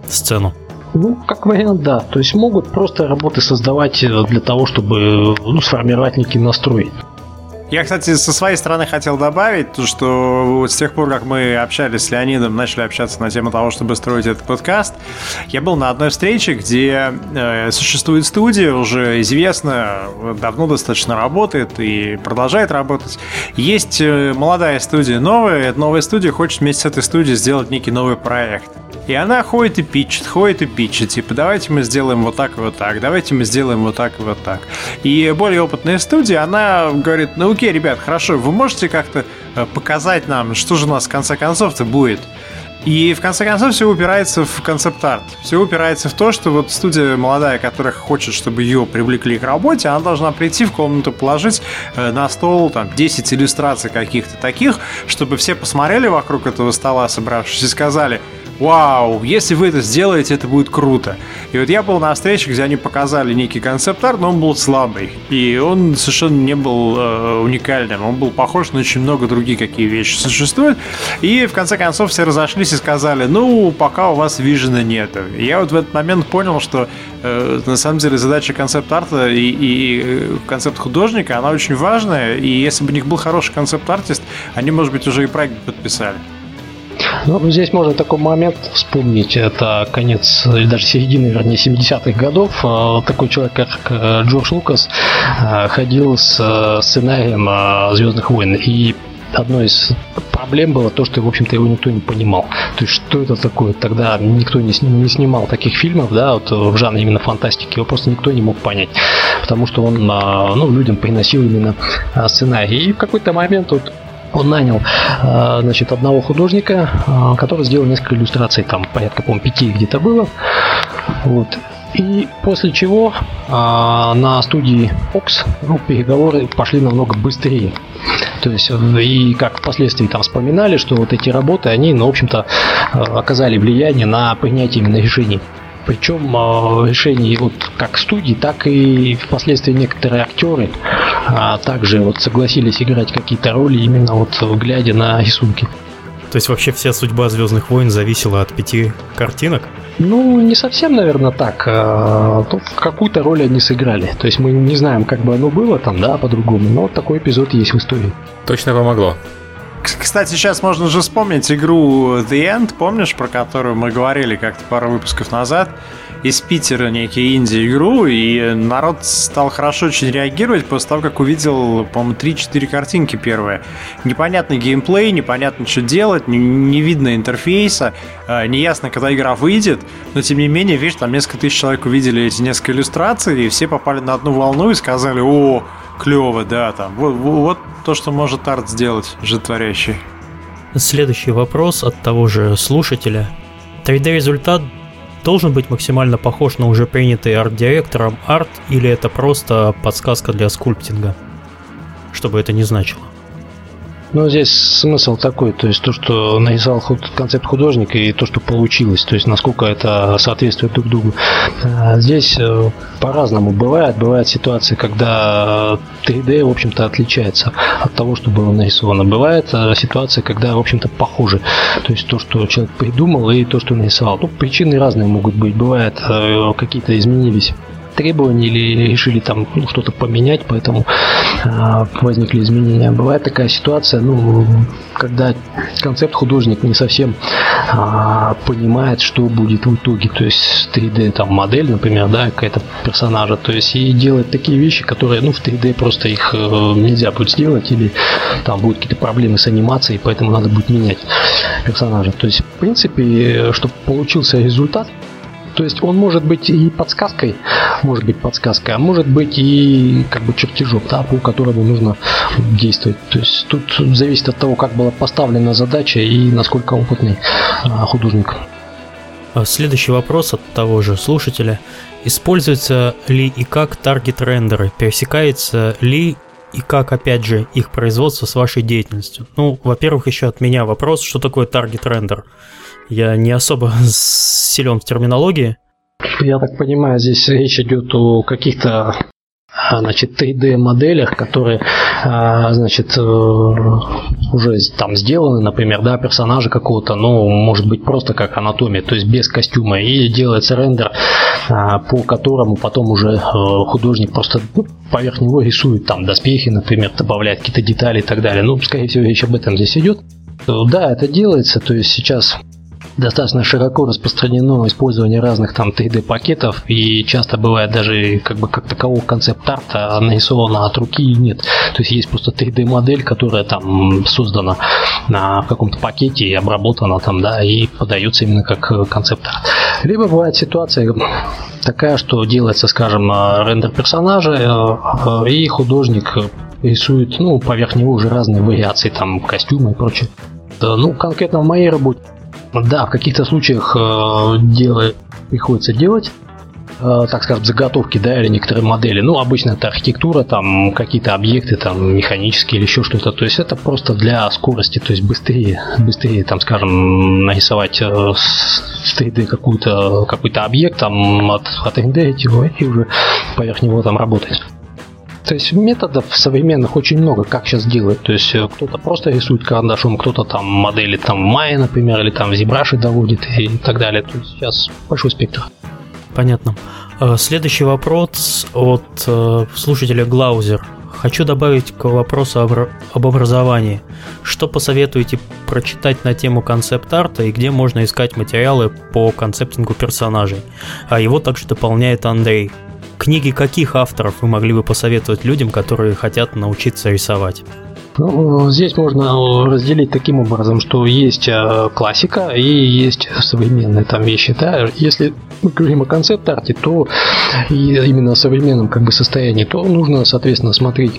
сцену? Ну, как вариант, да. То есть могут просто работы создавать для того, чтобы ну, сформировать некий настрой. Я, кстати, со своей стороны хотел добавить, то, что вот с тех пор, как мы общались с Леонидом, начали общаться на тему того, чтобы строить этот подкаст, я был на одной встрече, где э, существует студия, уже известна, давно достаточно работает и продолжает работать. Есть э, молодая студия новая, и эта новая студия хочет вместе с этой студией сделать некий новый проект. И она ходит и питчит, ходит и питчит, типа, давайте мы сделаем вот так и вот так, давайте мы сделаем вот так и вот так. И более опытная студия, она говорит, ну окей, ребят, хорошо, вы можете как-то показать нам, что же у нас в конце концов-то будет? И в конце концов все упирается в концепт-арт. Все упирается в то, что вот студия молодая, которая хочет, чтобы ее привлекли к работе, она должна прийти в комнату, положить на стол там десять иллюстраций каких-то таких, чтобы все посмотрели вокруг этого стола, собравшись, и сказали: вау, если вы это сделаете, это будет круто. И вот я был на встрече, где они показали некий концепт-арт, но он был слабый. И он совершенно не был э, уникальным. Он был похож на очень много других, какие вещи существуют. И в конце концов все разошлись и сказали: ну, пока у вас вижена нету. И я вот в этот момент понял, что э, на самом деле задача концепт-арта и, и концепт-художника, она очень важная. И если бы у них был хороший концепт-артист, они, может быть, уже и проект подписали. Ну, здесь можно такой момент вспомнить. Это конец, или даже середины, вернее, семидесятых годов. Такой человек, как Джордж Лукас, ходил с сценарием «Звездных войн». И одной из проблем было то, что, в общем-то, его никто не понимал. То есть, что это такое? Тогда никто не снимал таких фильмов, да, вот в жанре именно фантастики. Его просто никто не мог понять. Потому что он, ну, людям приносил именно сценарий. И в какой-то момент вот он нанял, значит, одного художника, который сделал несколько иллюстраций, там порядка, по-моему, пяти где-то было. Вот. И после чего на студии Fox, ну, переговоры пошли намного быстрее. То есть, и как впоследствии там вспоминали, что вот эти работы, они, ну, в общем-то, оказали влияние на принятие именно решений. Причем решений вот как студии, так и впоследствии некоторые актеры а также вот согласились играть какие-то роли, именно вот глядя на рисунки. То есть вообще вся судьба «Звездных войн» зависела от пяти картинок? Ну, не совсем, наверное, так. Тут какую-то роль они сыграли. То есть мы не знаем, как бы оно было там, да, по-другому, но вот такой эпизод есть в истории. Точно помогло. Кстати, сейчас можно же вспомнить игру The End, помнишь, про которую мы говорили как-то пару выпусков назад? Из Питера некий инди-игру, и народ стал хорошо очень реагировать после того, как увидел, по-моему, три-четыре картинки первые. Непонятный геймплей, непонятно, что делать, не, не видно интерфейса, э, неясно, когда игра выйдет, но тем не менее, видишь, там несколько тысяч человек увидели эти несколько иллюстраций, и все попали на одну волну и сказали: о, клево, да, там, вот, вот то, что может арт сделать, животворящий. Следующий вопрос от того же слушателя. три дэ-результат должен быть максимально похож на уже принятый арт-директором арт, или это просто подсказка для скульптинга? Что бы это ни значило. Ну, здесь смысл такой, то есть то, что нарисовал концепт художника, и то, что получилось, то есть насколько это соответствует друг другу. Здесь по-разному бывает. Бывают ситуации, когда три дэ, в общем-то, отличается от того, что было нарисовано. Бывает ситуация, когда, в общем-то, похоже. То есть то, что человек придумал, и то, что нарисовал. Ну, причины разные могут быть. Бывает, какие-то изменились требования или решили там, ну, что-то поменять, поэтому э, возникли изменения. Бывает такая ситуация, ну, когда концепт художник не совсем э, понимает, что будет в итоге, то есть три дэ там модель, например, да, какая-то персонажа, то есть и делает такие вещи, которые, ну, в три дэ просто их э, нельзя будет сделать, или там будут какие-то проблемы с анимацией, поэтому надо будет менять персонажа. То есть, в принципе, чтобы получился результат, то есть он может быть и подсказкой, может быть подсказкой, а может быть и как бы чертежом, да, по которому нужно действовать. То есть тут зависит от того, как была поставлена задача и насколько опытный а, художник. Следующий вопрос от того же слушателя. Используются ли и как таргет-рендеры? Пересекается ли и как, опять же, их производство с вашей деятельностью? Ну, во-первых, еще от меня вопрос, что такое таргет-рендер? Я не особо силен в терминологии. Я так понимаю, здесь речь идет о каких-то, значит, три дэ-моделях, которые значит, уже там сделаны, например, да, персонажа какого-то, ну, может быть, просто как анатомия, то есть без костюма, и делается рендер, по которому потом уже художник просто ну, поверх него рисует там доспехи, например, добавляет какие-то детали и так далее. Ну, скорее всего, речь об этом здесь идет. Да, это делается, то есть сейчас достаточно широко распространено использование разных там три дэ-пакетов, и часто бывает даже как бы как такового концепт-арта нарисовано от руки нет. То есть есть просто три дэ-модель, которая там создана на каком-то пакете и обработана там, да, и подается именно как концепт-арт. Либо бывает ситуация такая, что делается, скажем, рендер персонажа, и художник рисует, ну, поверх него уже разные вариации, там, костюмы и прочее. Ну, конкретно в моей работе, да, в каких-то случаях э, дело приходится делать, э, так скажем, заготовки, да, или некоторые модели. Ну, обычно это архитектура, там, какие-то объекты, там, механические или еще что-то. То есть это просто для скорости, то есть быстрее, быстрее, там, скажем, нарисовать э, в три дэ какую-то, какой-то объект, там, от, отрендерить его и уже поверх него там работать. То есть методов современных очень много, как сейчас делают. То есть кто-то просто рисует карандашом, кто-то там модели там в Maya, например, или там в ZBrush доводит и так далее. То есть сейчас большой спектр. Понятно. Следующий вопрос от слушателя Глаузер. Хочу добавить к вопросу об образовании. Что посоветуете прочитать на тему концепт-арта и где можно искать материалы по концептингу персонажей? А его также дополняет Андрей. Книги каких авторов вы могли бы посоветовать людям, которые хотят научиться рисовать? Ну, здесь можно разделить таким образом, что есть классика и есть современные там вещи. Да? Если мы говорим о концепт-арте, то и именно в современном как бы состоянии, то нужно, соответственно, смотреть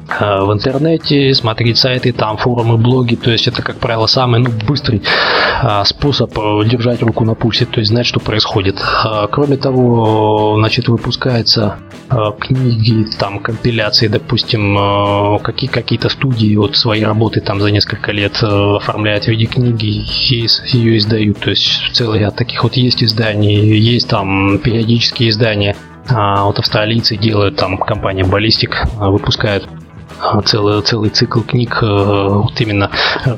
в интернете, смотреть сайты, там форумы, блоги. То есть это, как правило, самый ну, быстрый а, способ держать руку на пульсе, то есть знать, что происходит. А, кроме того, значит, выпускаются а, книги, там компиляции, допустим, а, какие, какие-то студии вот свои работы там за несколько лет а, оформляют в виде книги и ее издают. То есть целый ряд таких вот есть изданий, есть там периодические издания. А, вот австралийцы делают, там компания Ballistic а, выпускает Целый, целый цикл книг вот именно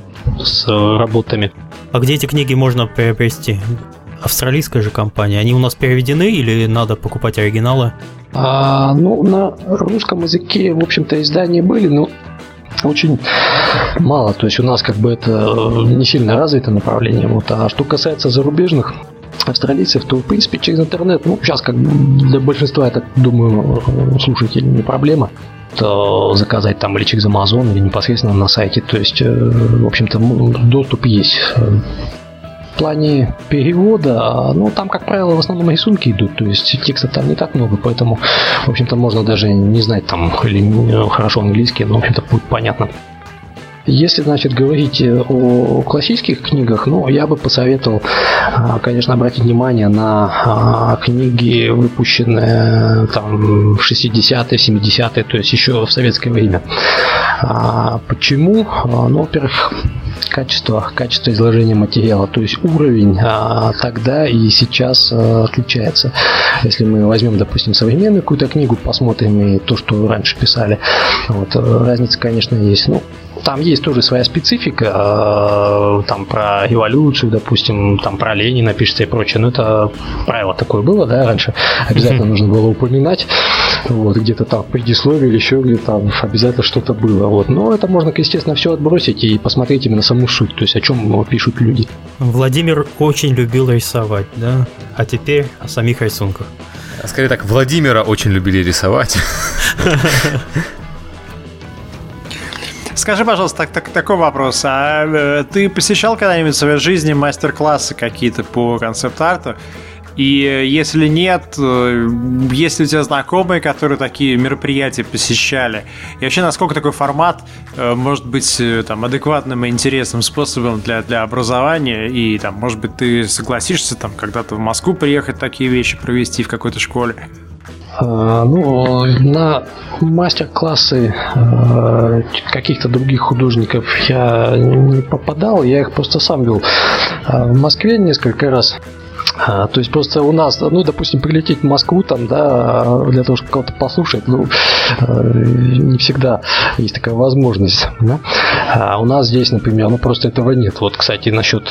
с работами. А где эти книги можно приобрести? Австралийская же компания. Они у нас переведены или надо покупать оригиналы? А, ну, на русском языке, в общем-то, издания были, но очень мало. То есть у нас как бы это не сильно развито направление. Вот. А что касается зарубежных австралийцев, то, в принципе, через интернет, ну, сейчас как бы для большинства, я так думаю, слушателей не проблема. Заказать там или через Amazon, или непосредственно на сайте. То есть, в общем-то, доступ есть. В плане перевода, ну, там, как правило, в основном рисунки идут, то есть текста там не так много, поэтому, в общем-то, можно даже не знать там или хорошо английский, но, в общем-то, будет понятно. Если, значит, говорить о классических книгах, ну, я бы посоветовал, конечно, обратить внимание на книги, выпущенные там в шестидесятые, семидесятые, то есть еще в советское время. Почему? Ну, во-первых, качество, качество изложения материала, то есть уровень тогда и сейчас отличается. Если мы возьмем, допустим, современную какую-то книгу, посмотрим и то, что раньше писали, вот, разница, конечно, есть. Ну, там есть тоже своя специфика, там про эволюцию, допустим, там про Ленина пишется и прочее, но это правило такое было, да, раньше обязательно нужно было упоминать, вот, где-то там в предисловии или еще где-то там обязательно что-то было, вот, но это можно, естественно, все отбросить и посмотреть именно саму суть, то есть о чем пишут люди. Владимир очень любил рисовать, да, а теперь о самих рисунках. Скорее так, Владимира очень любили рисовать. Скажи, пожалуйста, так, так, такой вопрос. А э, ты посещал когда-нибудь в своей жизни мастер-классы какие-то по концепт-арту? И э, если нет, э, есть ли у тебя знакомые, которые такие мероприятия посещали? И вообще, насколько такой формат э, может быть э, там, адекватным и интересным способом для, для образования? И, там, может быть, ты согласишься там, когда-то в Москву приехать, такие вещи провести в какой-то школе? Ну, на мастер-классы э, каких-то других художников я не попадал, я их просто сам вел в Москве несколько раз. А, то есть просто у нас, ну, допустим, прилететь в Москву там, да, для того, чтобы кого-то послушать, ну, не всегда есть такая возможность. Да? А у нас здесь, например, ну просто этого нет. Вот, кстати, насчет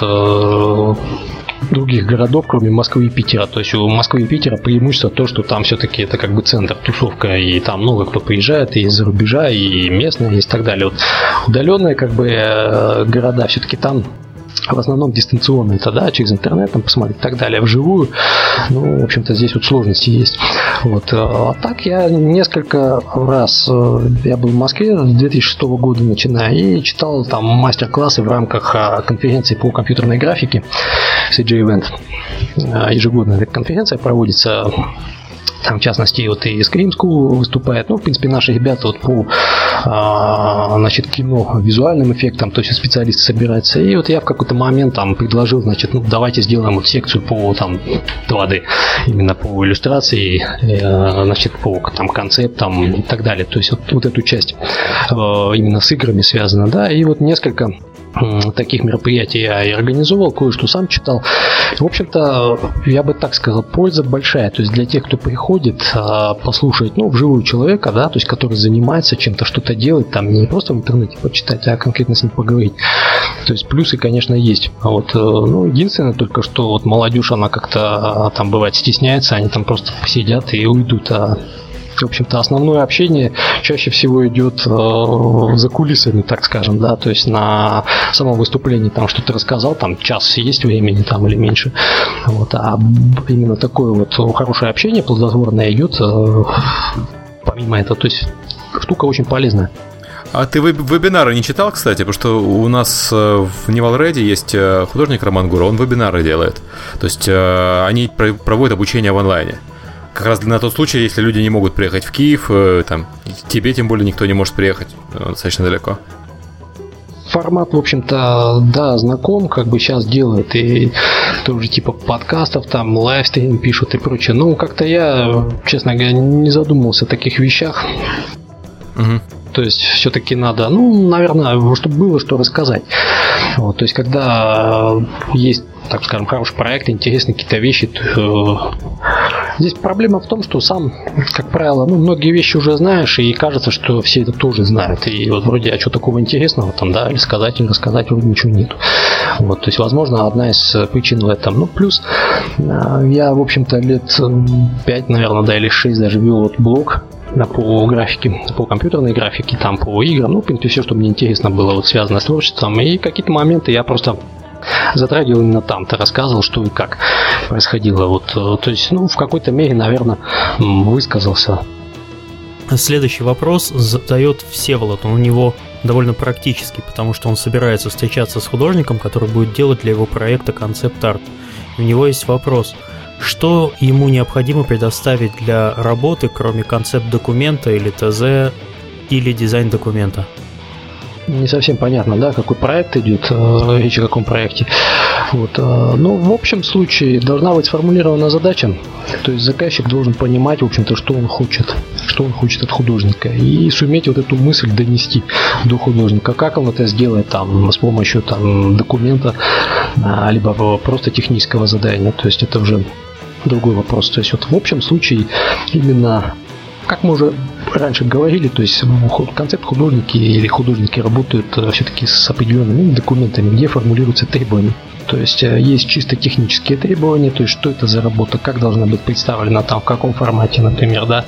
других городов, кроме Москвы и Питера. То есть у Москвы и Питера преимущество то, что там все-таки это как бы центр, тусовка, и там много кто приезжает и из-за рубежа, и местные, и так далее. Вот удаленные как бы города, все-таки там в основном дистанционно, это да, через интернет там посмотреть и так далее, вживую, ну, в общем-то, здесь вот сложности есть. Вот. А так я несколько раз, я был в Москве с две тысячи шестого года начиная, и читал там мастер-классы в рамках конференции по компьютерной графике си джей Event. Ежегодная конференция проводится. Там, в частности, вот и Scream School выступает. Ну, в принципе, наши ребята вот по а, значит, кино, визуальным эффектам, то есть специалисты собираются. И вот я в какой-то момент там предложил, значит, ну, давайте сделаем вот секцию по там два дэ, именно по иллюстрации, э, значит, по там концептам и так далее. То есть вот, вот эту часть э, именно с играми связана, да. И вот несколько таких мероприятий я и организовал, кое-что сам читал. В общем-то, я бы так сказал, польза большая. То есть для тех, кто приходит послушать, ну, вживую человека, да, то есть который занимается чем-то, что-то делает, там не просто в интернете почитать, а конкретно с ним поговорить. То есть плюсы, конечно, есть. А вот, ну, единственное только, что вот молодежь, она как-то там бывает стесняется, они там просто посидят и уйдут, а в общем-то, основное общение чаще всего идет э, за кулисами, так скажем, да, то есть на самом выступлении там что-то рассказал, там час есть времени там или меньше, вот, а именно такое вот хорошее общение, плодотворное идет э, помимо этого, то есть штука очень полезная. А ты вебинары не читал, кстати? Потому что у нас в Невалреде есть художник Роман Гура, он вебинары делает, то есть они проводят обучение в онлайне. Как раз на тот случай, если люди не могут приехать в Киев, там, тебе тем более никто не может приехать достаточно далеко. Формат, в общем-то, да, знаком, как бы сейчас делают и тоже типа подкастов, там, лайвстрим пишут и прочее. Ну, как-то я, честно говоря, не задумывался о таких вещах. Угу. То есть все-таки надо, ну, наверное, чтобы было что рассказать. Вот, то есть когда есть, так скажем, хороший проект, интересные какие-то вещи, то, э, здесь проблема в том, что сам, как правило, ну, многие вещи уже знаешь, и кажется, что все это тоже знают. И вот вроде, а что такого интересного там, да, или сказать, или рассказать, вроде ничего нет. Вот, то есть, возможно, одна из причин в этом. Ну, плюс э, я, в общем-то, лет пять, наверное, да, или шесть даже вел вот блог, да, по графике, по компьютерной графике, там по играм, ну, в принципе, все, что мне интересно было, вот связано с творчеством, и какие-то моменты я просто затрагивал именно там, ты рассказывал, что и как происходило, вот, то есть, ну, в какой-то мере, наверное, высказался. Следующий вопрос задает Всеволод, он у него довольно практический, потому что он собирается встречаться с художником, который будет делать для его проекта концепт-арт. У него есть вопрос: что ему необходимо предоставить для работы, кроме концепт-документа или ТЗ, или дизайн-документа? Не совсем понятно, да, какой проект идет, речь о каком проекте. Вот. Но в общем случае должна быть сформулирована задача, то есть заказчик должен понимать, в общем-то, что он хочет, что он хочет от художника, и суметь вот эту мысль донести до художника. Как он это сделает там, с помощью там, документа, либо просто технического задания, то есть это уже другой вопрос. То есть вот в общем случае именно, как мы уже раньше говорили, то есть концепт художники или художники работают все-таки с определенными документами, где формулируются требования. То есть есть чисто технические требования, то есть что это за работа, как должна быть представлена там, в каком формате, например, да.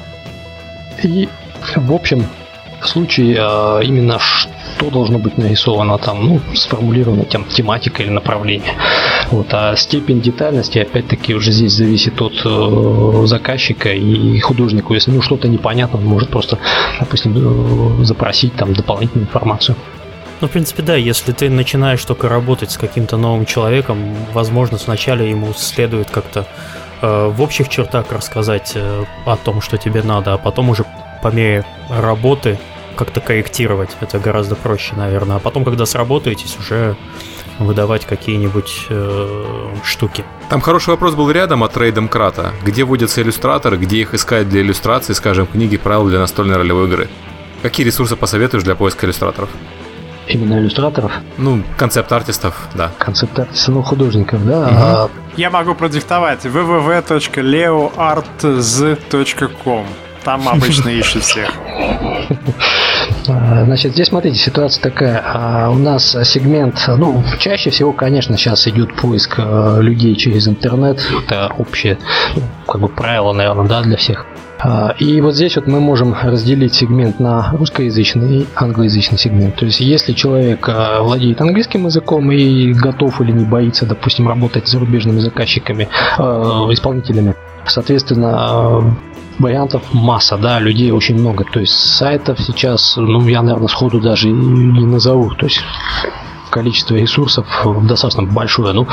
И в общем случае именно что должно быть нарисовано там, ну, сформулирована там тематика или направление. Вот, а степень детальности, опять-таки, уже здесь зависит от э, заказчика и художника. Если ну, что-то непонятно, он может просто, допустим, запросить там дополнительную информацию. Ну, в принципе, да, если ты начинаешь только работать с каким-то новым человеком, возможно, сначала ему следует как-то э, в общих чертах рассказать э, о том, что тебе надо, а потом уже по мере работы как-то корректировать. Это гораздо проще, наверное. А потом, когда сработаетесь, уже выдавать какие-нибудь э, штуки. Там хороший вопрос был рядом от Рэй Домкрата. Где водятся иллюстраторы, где их искать для иллюстрации, скажем, книги правил для настольной ролевой игры? Какие ресурсы посоветуешь для поиска иллюстраторов? Именно иллюстраторов? Ну, концепт-артистов, да. Концепт-артистов, ну, художников, да. Угу. А... Я могу продиктовать: дабл ю дабл ю дабл ю точка лео арт з точка ком. Там обычно ищут всех. Значит, здесь, смотрите, ситуация такая. У нас сегмент, ну, чаще всего, конечно, сейчас идет поиск людей через интернет. Это общее, как бы, правило, наверное, да, для всех. И вот здесь вот мы можем разделить сегмент на русскоязычный и англоязычный сегмент. То есть, если человек владеет английским языком и готов или не боится, допустим, работать с зарубежными заказчиками, исполнителями, соответственно, вариантов масса, да, людей очень много. То есть сайтов сейчас, ну, я, наверное, сходу даже и не назову. То есть количество ресурсов достаточно большое. Ну,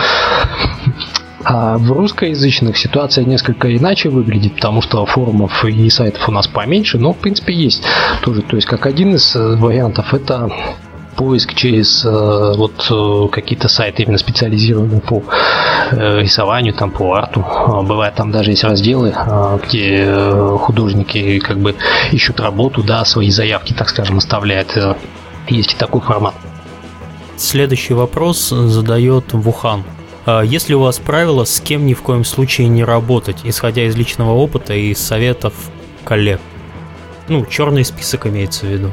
а в русскоязычных ситуация несколько иначе выглядит, потому что форумов и сайтов у нас поменьше, но, в принципе, есть тоже. То есть, как один из вариантов, это поиск через э, вот э, какие-то сайты именно специализированные по э, рисованию, там по арту. Бывает, там даже есть разделы, э, где э, художники как бы ищут работу, да, свои заявки, так скажем, оставляют. Э, есть и такой формат. Следующий вопрос задает Вухан. Есть ли у вас правило, с кем ни в коем случае не работать, исходя из личного опыта и советов коллег? Ну, черный список имеется в виду.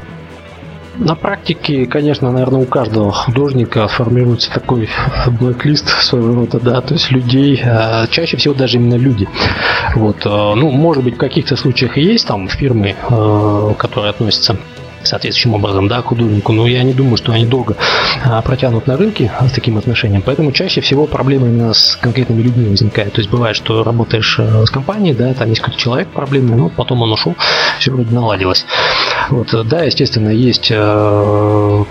На практике, конечно, наверное, у каждого художника формируется такой блэк-лист своего рода, да, то есть людей, чаще всего даже именно люди. Вот, ну, может быть, в каких-то случаях и есть там фирмы, которые относятся соответствующим образом, да, к художнику, но я не думаю, что они долго а, протянут на рынке с таким отношением, поэтому чаще всего проблемы именно с конкретными людьми возникают. То есть бывает, что работаешь с компанией, да, там есть какой-то человек проблемный, но потом он ушел, все вроде наладилось. Вот, да, естественно, есть э,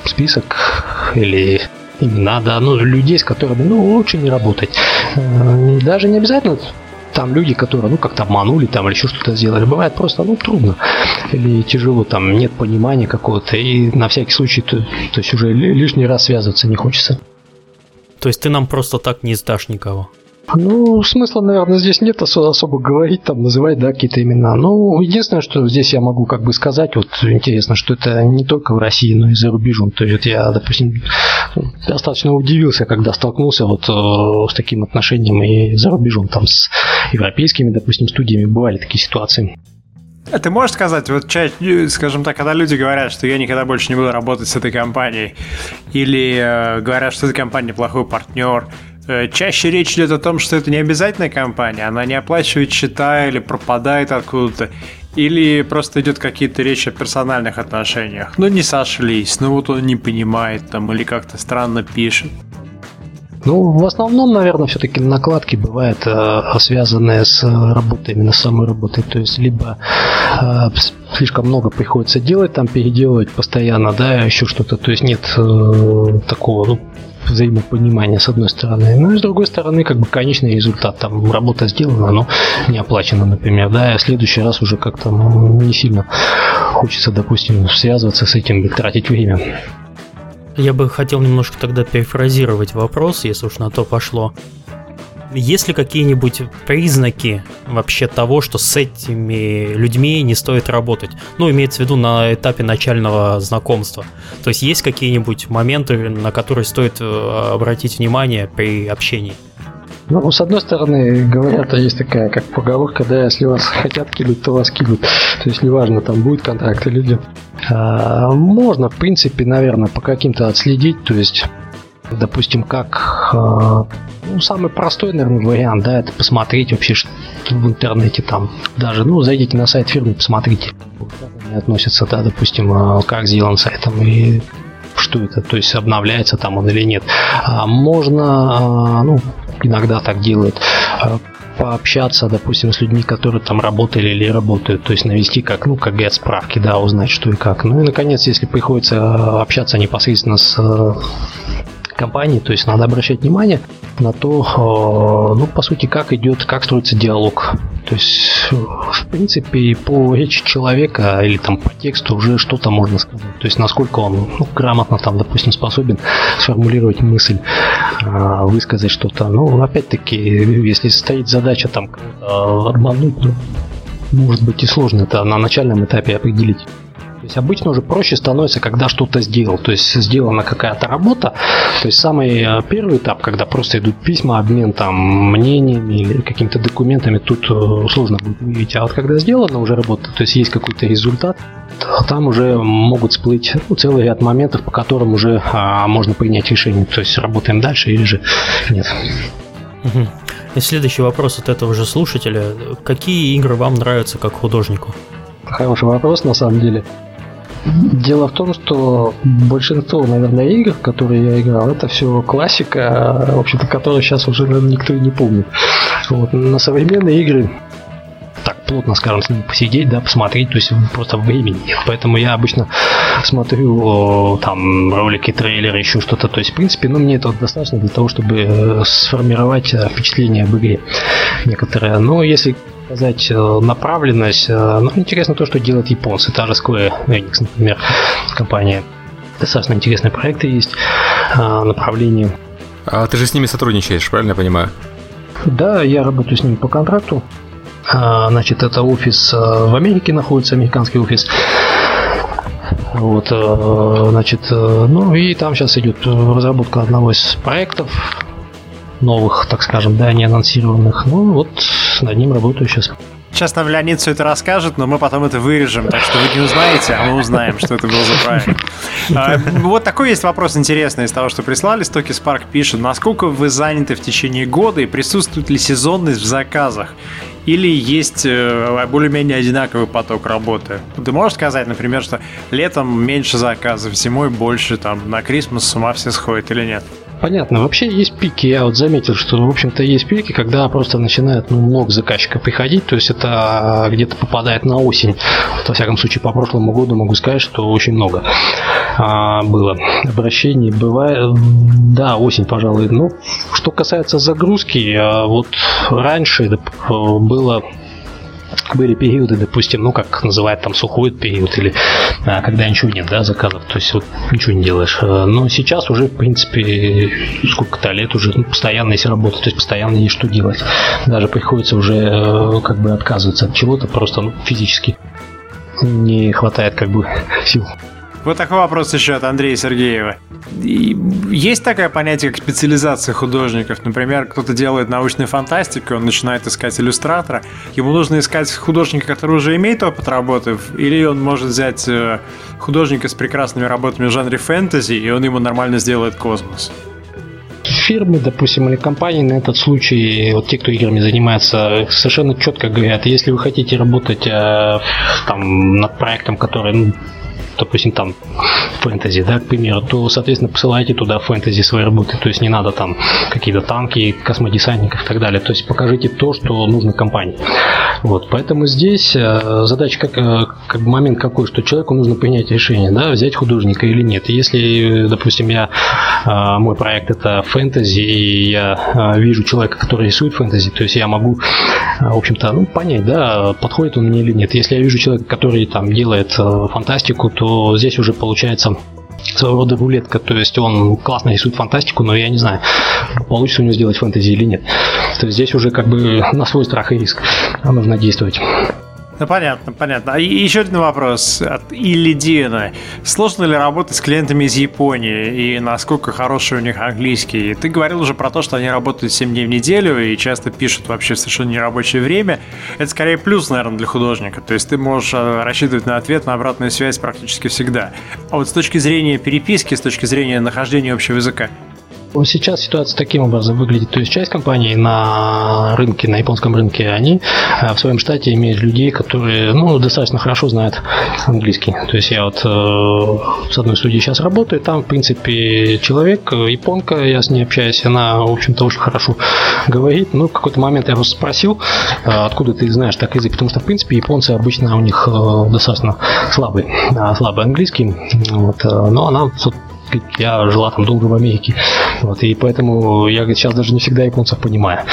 список или имена, да, ну, людей, с которыми, ну, лучше не работать. Э, даже не обязательно там люди, которые, ну, как-то обманули там или еще что-то сделали. Бывает просто, ну, трудно или тяжело, там нет понимания какого-то, и на всякий случай, то, то есть уже лишний раз связываться не хочется. То есть ты нам просто так не сдашь никого? Ну, смысла, наверное, здесь нет особо, особо говорить, там, называть, да, какие-то имена. Ну, единственное, что здесь я могу как бы сказать, вот интересно, что это не только в России, но и за рубежом. То есть я, допустим, достаточно удивился, когда столкнулся вот э, с таким отношением и за рубежом, там, с европейскими, допустим, студиями бывали такие ситуации. А ты можешь сказать, вот чаще, скажем так, когда люди говорят, что я никогда больше не буду работать с этой компанией, или э, говорят, что эта компания плохой партнер, э, чаще речь идет о том, что это не обязательная компания, она не оплачивает счета или пропадает откуда-то, или просто идет какие-то речи о персональных отношениях. Ну, не сошлись, ну вот он не понимает там, или как-то странно пишет. Ну, в основном, наверное, все-таки накладки бывают э, связанные с работой, именно с самой работой. То есть, либо э, слишком много приходится делать, там переделывать постоянно, да, еще что-то. То есть нет э, такого, ну, взаимопонимания с одной стороны. Ну и с другой стороны, как бы конечный результат. Там работа сделана, но не оплачена, например, да, и в следующий раз уже как-то, ну, не сильно хочется, допустим, связываться с этим, тратить время. Я бы хотел немножко тогда перефразировать вопрос, если уж на то пошло. Есть ли какие-нибудь признаки вообще того, что с этими людьми не стоит работать? Ну, имеется в виду на этапе начального знакомства. То есть есть какие-нибудь моменты, на которые стоит обратить внимание при общении? Ну, с одной стороны, говорят, есть такая, как поговорка, да, если вас хотят кинуть, то вас кинут. То есть, неважно, там будет контракт или нет. А, можно, в принципе, наверное, по каким-то отследить, то есть, допустим, как, а, ну, самый простой, наверное, вариант, да, это посмотреть вообще что в интернете там, даже, ну, зайдите на сайт фирмы, посмотрите, как они относятся, да, допустим, как сделан сайт там и что это, то есть, обновляется там он или нет. А, можно, а, ну, иногда так делают, пообщаться, допустим, с людьми, которые там работали или работают, то есть навести, как, ну, как говорят, справки, да, узнать, что и как. Ну и, наконец, если приходится общаться непосредственно с компанией, то есть надо обращать внимание на то, ну, по сути, как идет, как строится диалог. То есть, в принципе, по речи человека или там по тексту уже что-то можно сказать. То есть, насколько он, ну, грамотно там, допустим, способен сформулировать мысль, высказать что-то. Ну, опять-таки, если стоит задача там обмануть, ну, может быть и сложно это на начальном этапе определить. То есть обычно уже проще становится, когда что-то сделал, то есть сделана какая-то работа. То есть самый первый этап, когда просто идут письма, обмен там мнениями или какими-то документами, тут сложно будет выявить. А вот когда сделана уже работа, то есть есть какой-то результат, там уже могут всплыть ну, целый ряд моментов, по которым уже а, можно принять решение. То есть работаем дальше или же нет. Угу. И следующий вопрос от этого же слушателя. Какие игры вам нравятся как художнику? Хороший вопрос, на самом деле. Дело в том, что большинство, наверное, игр, в которые я играл, это все классика, в общем-то, которую сейчас уже, наверное, никто и не помнит. Вот. На современные игры так плотно, скажем, с ними посидеть, да, посмотреть, то есть просто времени нет. Поэтому я обычно смотрю там ролики, трейлеры, еще что-то. То есть, в принципе, ну, мне этого достаточно для того, чтобы сформировать впечатление об игре некоторые. Но если сказать направленность, ну, интересно то, что делают японцы. Та же Square Enix, например, компания. Достаточно интересные проекты есть, направления. А ты же с ними сотрудничаешь, правильно я понимаю? Да, я работаю с ними по контракту. Значит, это офис в Америке находится, американский офис. Вот, значит, ну и там сейчас идет разработка одного из проектов новых, так скажем, да, не анонсированных. Ну вот над ним работаю сейчас. Сейчас нам Леонид все это расскажет, но мы потом это вырежем, так что вы не узнаете, а мы узнаем, что это был за проект. Вот такой есть вопрос интересный из того, что прислали. Стоки Спарк пишет: насколько вы заняты в течение года и присутствует ли сезонность в заказах? Или есть более-менее одинаковый поток работы? Ты можешь сказать, например, что летом меньше заказов, зимой больше, там, на Крисмас с ума все сходят или нет? Понятно. Вообще есть пики. Я вот заметил, что, в общем-то, есть пики, когда просто начинает ну, много заказчиков приходить. То есть это где-то попадает на осень. Вот, во всяком случае, по прошлому году могу сказать, что очень много а, было обращений. Бывает, да, осень, пожалуй. Но что касается загрузки, вот раньше было... Были периоды, допустим, ну, как называют там сухой период, или а, когда ничего нет, да, заказов, то есть вот ничего не делаешь. Но сейчас уже, в принципе, сколько-то лет уже ну, постоянно есть работа, то есть постоянно есть что делать. Даже приходится уже как бы отказываться от чего-то, просто ну, физически не хватает как бы сил. Вот такой вопрос еще от Андрея Сергеева. И есть такое понятие, как специализация художников. Например, кто-то делает научную фантастику, он начинает искать иллюстратора. Ему нужно искать художника, который уже имеет опыт работы, или он может взять художника с прекрасными работами в жанре фэнтези, и он ему нормально сделает космос. Фирмы, допустим, или компании на этот случай, вот те, кто играми занимается, совершенно четко говорят, если вы хотите работать э, там, над проектом, который... Ну, допустим, там фэнтези, да, к примеру, то, соответственно, посылайте туда фэнтези свои работы. То есть не надо там какие-то танки, космодесантников и так далее. То есть покажите то, что нужно компании. Вот, поэтому здесь э, задача как, э, как бы момент какой, что человеку нужно принять решение, да, взять художника или нет. Если, допустим, я, э, мой проект это фэнтези, и я э, вижу человека, который рисует фэнтези, то есть я могу, э, в общем-то, ну, понять, да, подходит он мне или нет. Если я вижу человека, который там делает э, фантастику, то здесь уже получается своего рода рулетка, то есть он классно рисует фантастику, но я не знаю, получится у него сделать фэнтези или нет. То есть здесь уже как бы на свой страх и риск нужно действовать. Ну, понятно, понятно. А еще один вопрос от Илли Диана. Сложно ли работать с клиентами из Японии и насколько хороший у них английский? Ты говорил уже про то, что они работают семь дней в неделю и часто пишут вообще в совершенно нерабочее время. Это скорее плюс, наверное, для художника. То есть ты можешь рассчитывать на ответ, на обратную связь практически всегда. А вот с точки зрения переписки, с точки зрения нахождения общего языка? Сейчас ситуация таким образом выглядит. То есть часть компаний на рынке, на японском рынке, они в своем штате имеют людей, которые ну, достаточно хорошо знают английский. То есть я вот э, с одной студией сейчас работаю, там, в принципе, человек, японка, я с ней общаюсь, она, в общем-то, очень хорошо говорит. Но в какой-то момент я просто спросил, откуда ты знаешь так язык, потому что, в принципе, японцы обычно у них достаточно слабый, слабый английский. Вот, но она вот, я жила там долго в Америке, вот, и поэтому я сейчас даже не всегда японцев понимаю.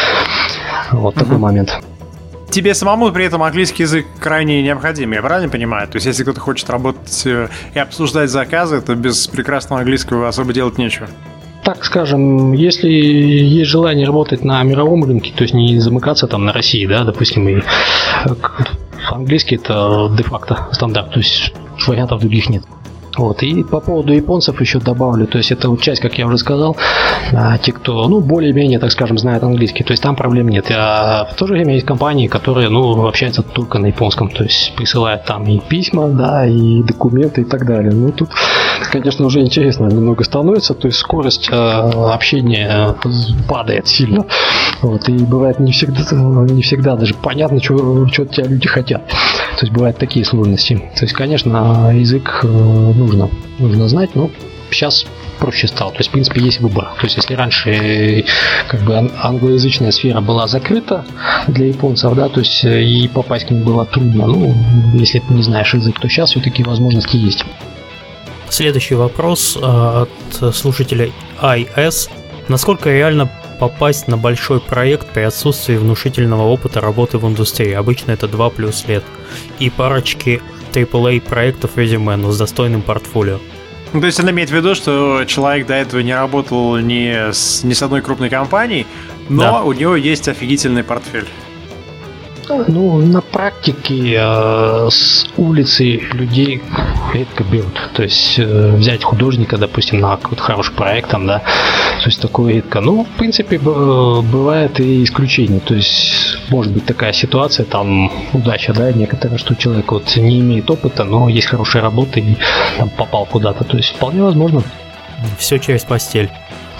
Вот такой uh-huh. момент. Тебе самому при этом английский язык крайне необходим, я правильно понимаю? То есть если кто-то хочет работать и обсуждать заказы, то без прекрасного английского особо делать нечего. Так скажем, если есть желание работать на мировом рынке, то есть не замыкаться там на России, да, допустим, и английский это де-факто стандарт, то есть вариантов других нет. Вот. И по поводу японцев еще добавлю, то есть это вот часть, как я уже сказал, те, кто, ну, более-менее, так скажем, знает английский, то есть там проблем нет. А в то же время есть компании, которые, ну, общаются только на японском, то есть присылают там и письма, да, и документы и так далее. Ну, тут, конечно, уже интересно немного становится, то есть скорость общения падает сильно. Вот. И бывает не всегда, не всегда даже понятно, что, что от тебя люди хотят. То есть бывают такие сложности. То есть, конечно, язык нужно, нужно знать, но сейчас проще стало. То есть, в принципе, есть выбор. То есть, если раньше как бы англоязычная сфера была закрыта для японцев, да, то есть и попасть к ним было трудно. Ну, если ты не знаешь язык, то сейчас все-таки возможности есть. Следующий вопрос от слушателя ай эс. Насколько реально попасть на большой проект при отсутствии внушительного опыта работы в индустрии? Обычно это два плюс лет. И парочки трипл эй проектов в резюме, но с достойным портфолио. Ну, то есть он имеет в виду, что человек до этого не работал ни с, ни с одной крупной компанией, но да. У него есть офигительный портфель. Ну, на практике э, с улицы людей редко берут. То есть э, взять художника, допустим, на какой-то хороший проект, там, да, то есть такое редко. Ну, в принципе, б- бывает и исключение. То есть может быть такая ситуация, там, удача, да, некоторые, что человек вот не имеет опыта, но есть хорошая работа и там, попал куда-то. То есть вполне возможно. Все через постель.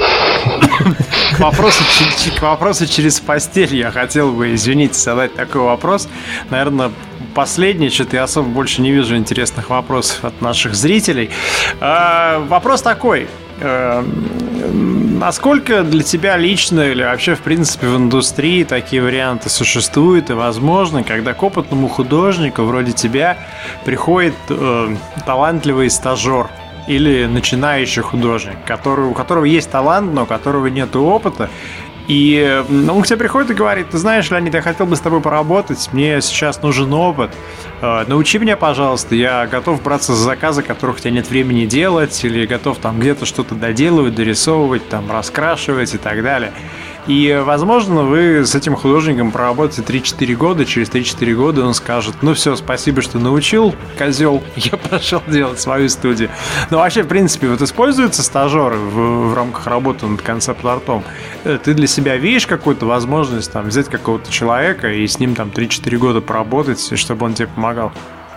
К вопросу, к вопросу через постель я хотел бы, извините, задать такой вопрос. Наверное, последний, что-то я особо больше не вижу интересных вопросов от наших зрителей. А, вопрос такой. А, насколько для тебя лично или вообще, в принципе, в индустрии такие варианты существуют и возможны, когда к опытному художнику вроде тебя приходит э, талантливый стажер или начинающий художник, который, у которого есть талант, но у которого нет опыта, и ну, он к тебе приходит и говорит: ты знаешь, Леонид, я хотел бы с тобой поработать, мне сейчас нужен опыт, научи меня, пожалуйста, я готов браться за заказы, которых у тебя нет времени делать, или готов там где-то что-то доделывать, дорисовывать, там раскрашивать и так далее. И, возможно, вы с этим художником проработаете три-четыре года, через три-четыре года он скажет: ну все, спасибо, что научил, козел, я пошел делать свою студию. Но вообще, в принципе, вот используются стажеры в, в рамках работы над концепт-артом. Ты для себя видишь какую-то возможность там взять какого-то человека и с ним там три-четыре года поработать, чтобы он тебе помогал?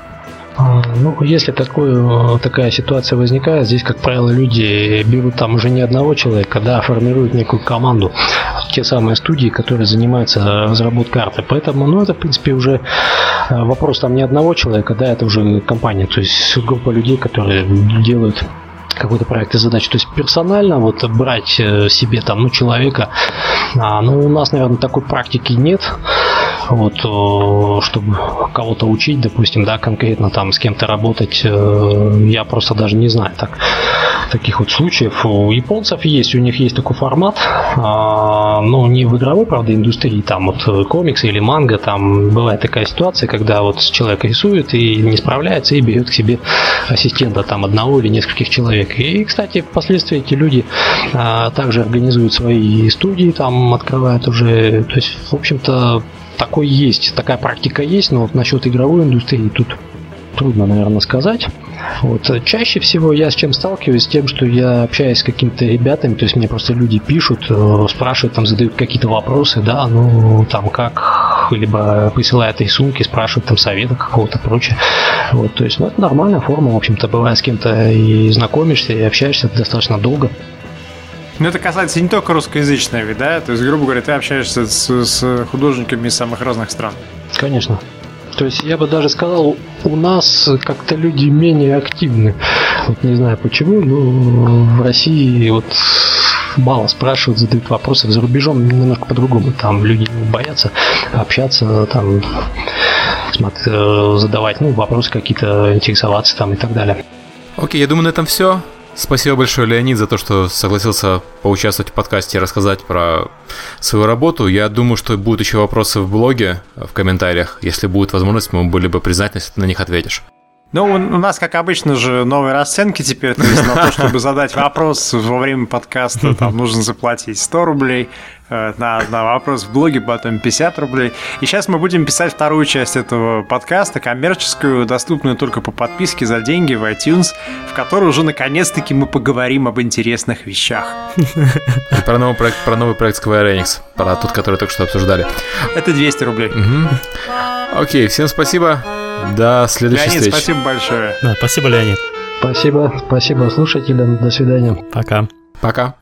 Ну, если такое, такая ситуация возникает, здесь, как правило, люди берут там уже не одного человека, да, формируют некую команду, те самые студии, которые занимаются разработкой арта. Поэтому, ну, это, в принципе, уже вопрос там не одного человека, да, это уже компания, то есть группа людей, которые делают какой-то проект и задачи. То есть персонально вот брать себе там, ну, человека, а, ну, у нас, наверное, такой практики нет. Вот, чтобы кого-то учить, допустим, да, конкретно там с кем-то работать, я просто даже не знаю так, таких вот случаев. У японцев есть, у них есть такой формат, но не в игровой, правда, индустрии, там вот комиксы или манга, там бывает такая ситуация, когда вот человек рисует и не справляется, и берет к себе ассистента, там одного или нескольких человек. И, кстати, впоследствии эти люди также организуют свои студии, там открывают уже, то есть, в общем-то, такой есть, такая практика есть, но вот насчет игровой индустрии тут трудно, наверное, сказать. Вот. Чаще всего я с чем сталкиваюсь, с тем, что я общаюсь с какими-то ребятами, то есть мне просто люди пишут, спрашивают, там задают какие-то вопросы, да, ну там как, либо присылают рисунки, спрашивают там совета какого-то прочее. Вот, то есть, ну, это нормальная форма, в общем-то, бывает с кем-то и знакомишься, и общаешься достаточно долго. Но это касается не только русскоязычной, ведь, да? То есть, грубо говоря, ты общаешься с, с художниками из самых разных стран. Конечно. То есть я бы даже сказал, у нас как-то люди менее активны. Вот не знаю почему, но в России вот мало спрашивают, задают вопросы. За рубежом немножко по-другому. Там люди боятся общаться, там задавать, ну, вопросы какие-то, интересоваться там и так далее. Окей, я думаю, на этом все. Спасибо большое, Леонид, за то, что согласился поучаствовать в подкасте и рассказать про свою работу. Я думаю, что будут еще вопросы в блоге, в комментариях. Если будет возможность, мы были бы признательны, если ты на них ответишь. Ну, у нас, как обычно же, новые расценки теперь. То есть на то, чтобы задать вопрос во время подкаста, там нужно заплатить сто рублей. на, на вопрос в блоге, потом пятьдесят рублей. И сейчас мы будем писать вторую часть этого подкаста, коммерческую, доступную только по подписке за деньги в iTunes, в которой уже наконец-таки мы поговорим об интересных вещах. И про новый проект, про новый проект Square Enix, про тот, который только что обсуждали. Это двести рублей. Угу. Окей, всем спасибо. До следующей Леонид, встречи. спасибо большое. Да, спасибо, Леонид. Спасибо, спасибо слушателям. До свидания. Пока. Пока.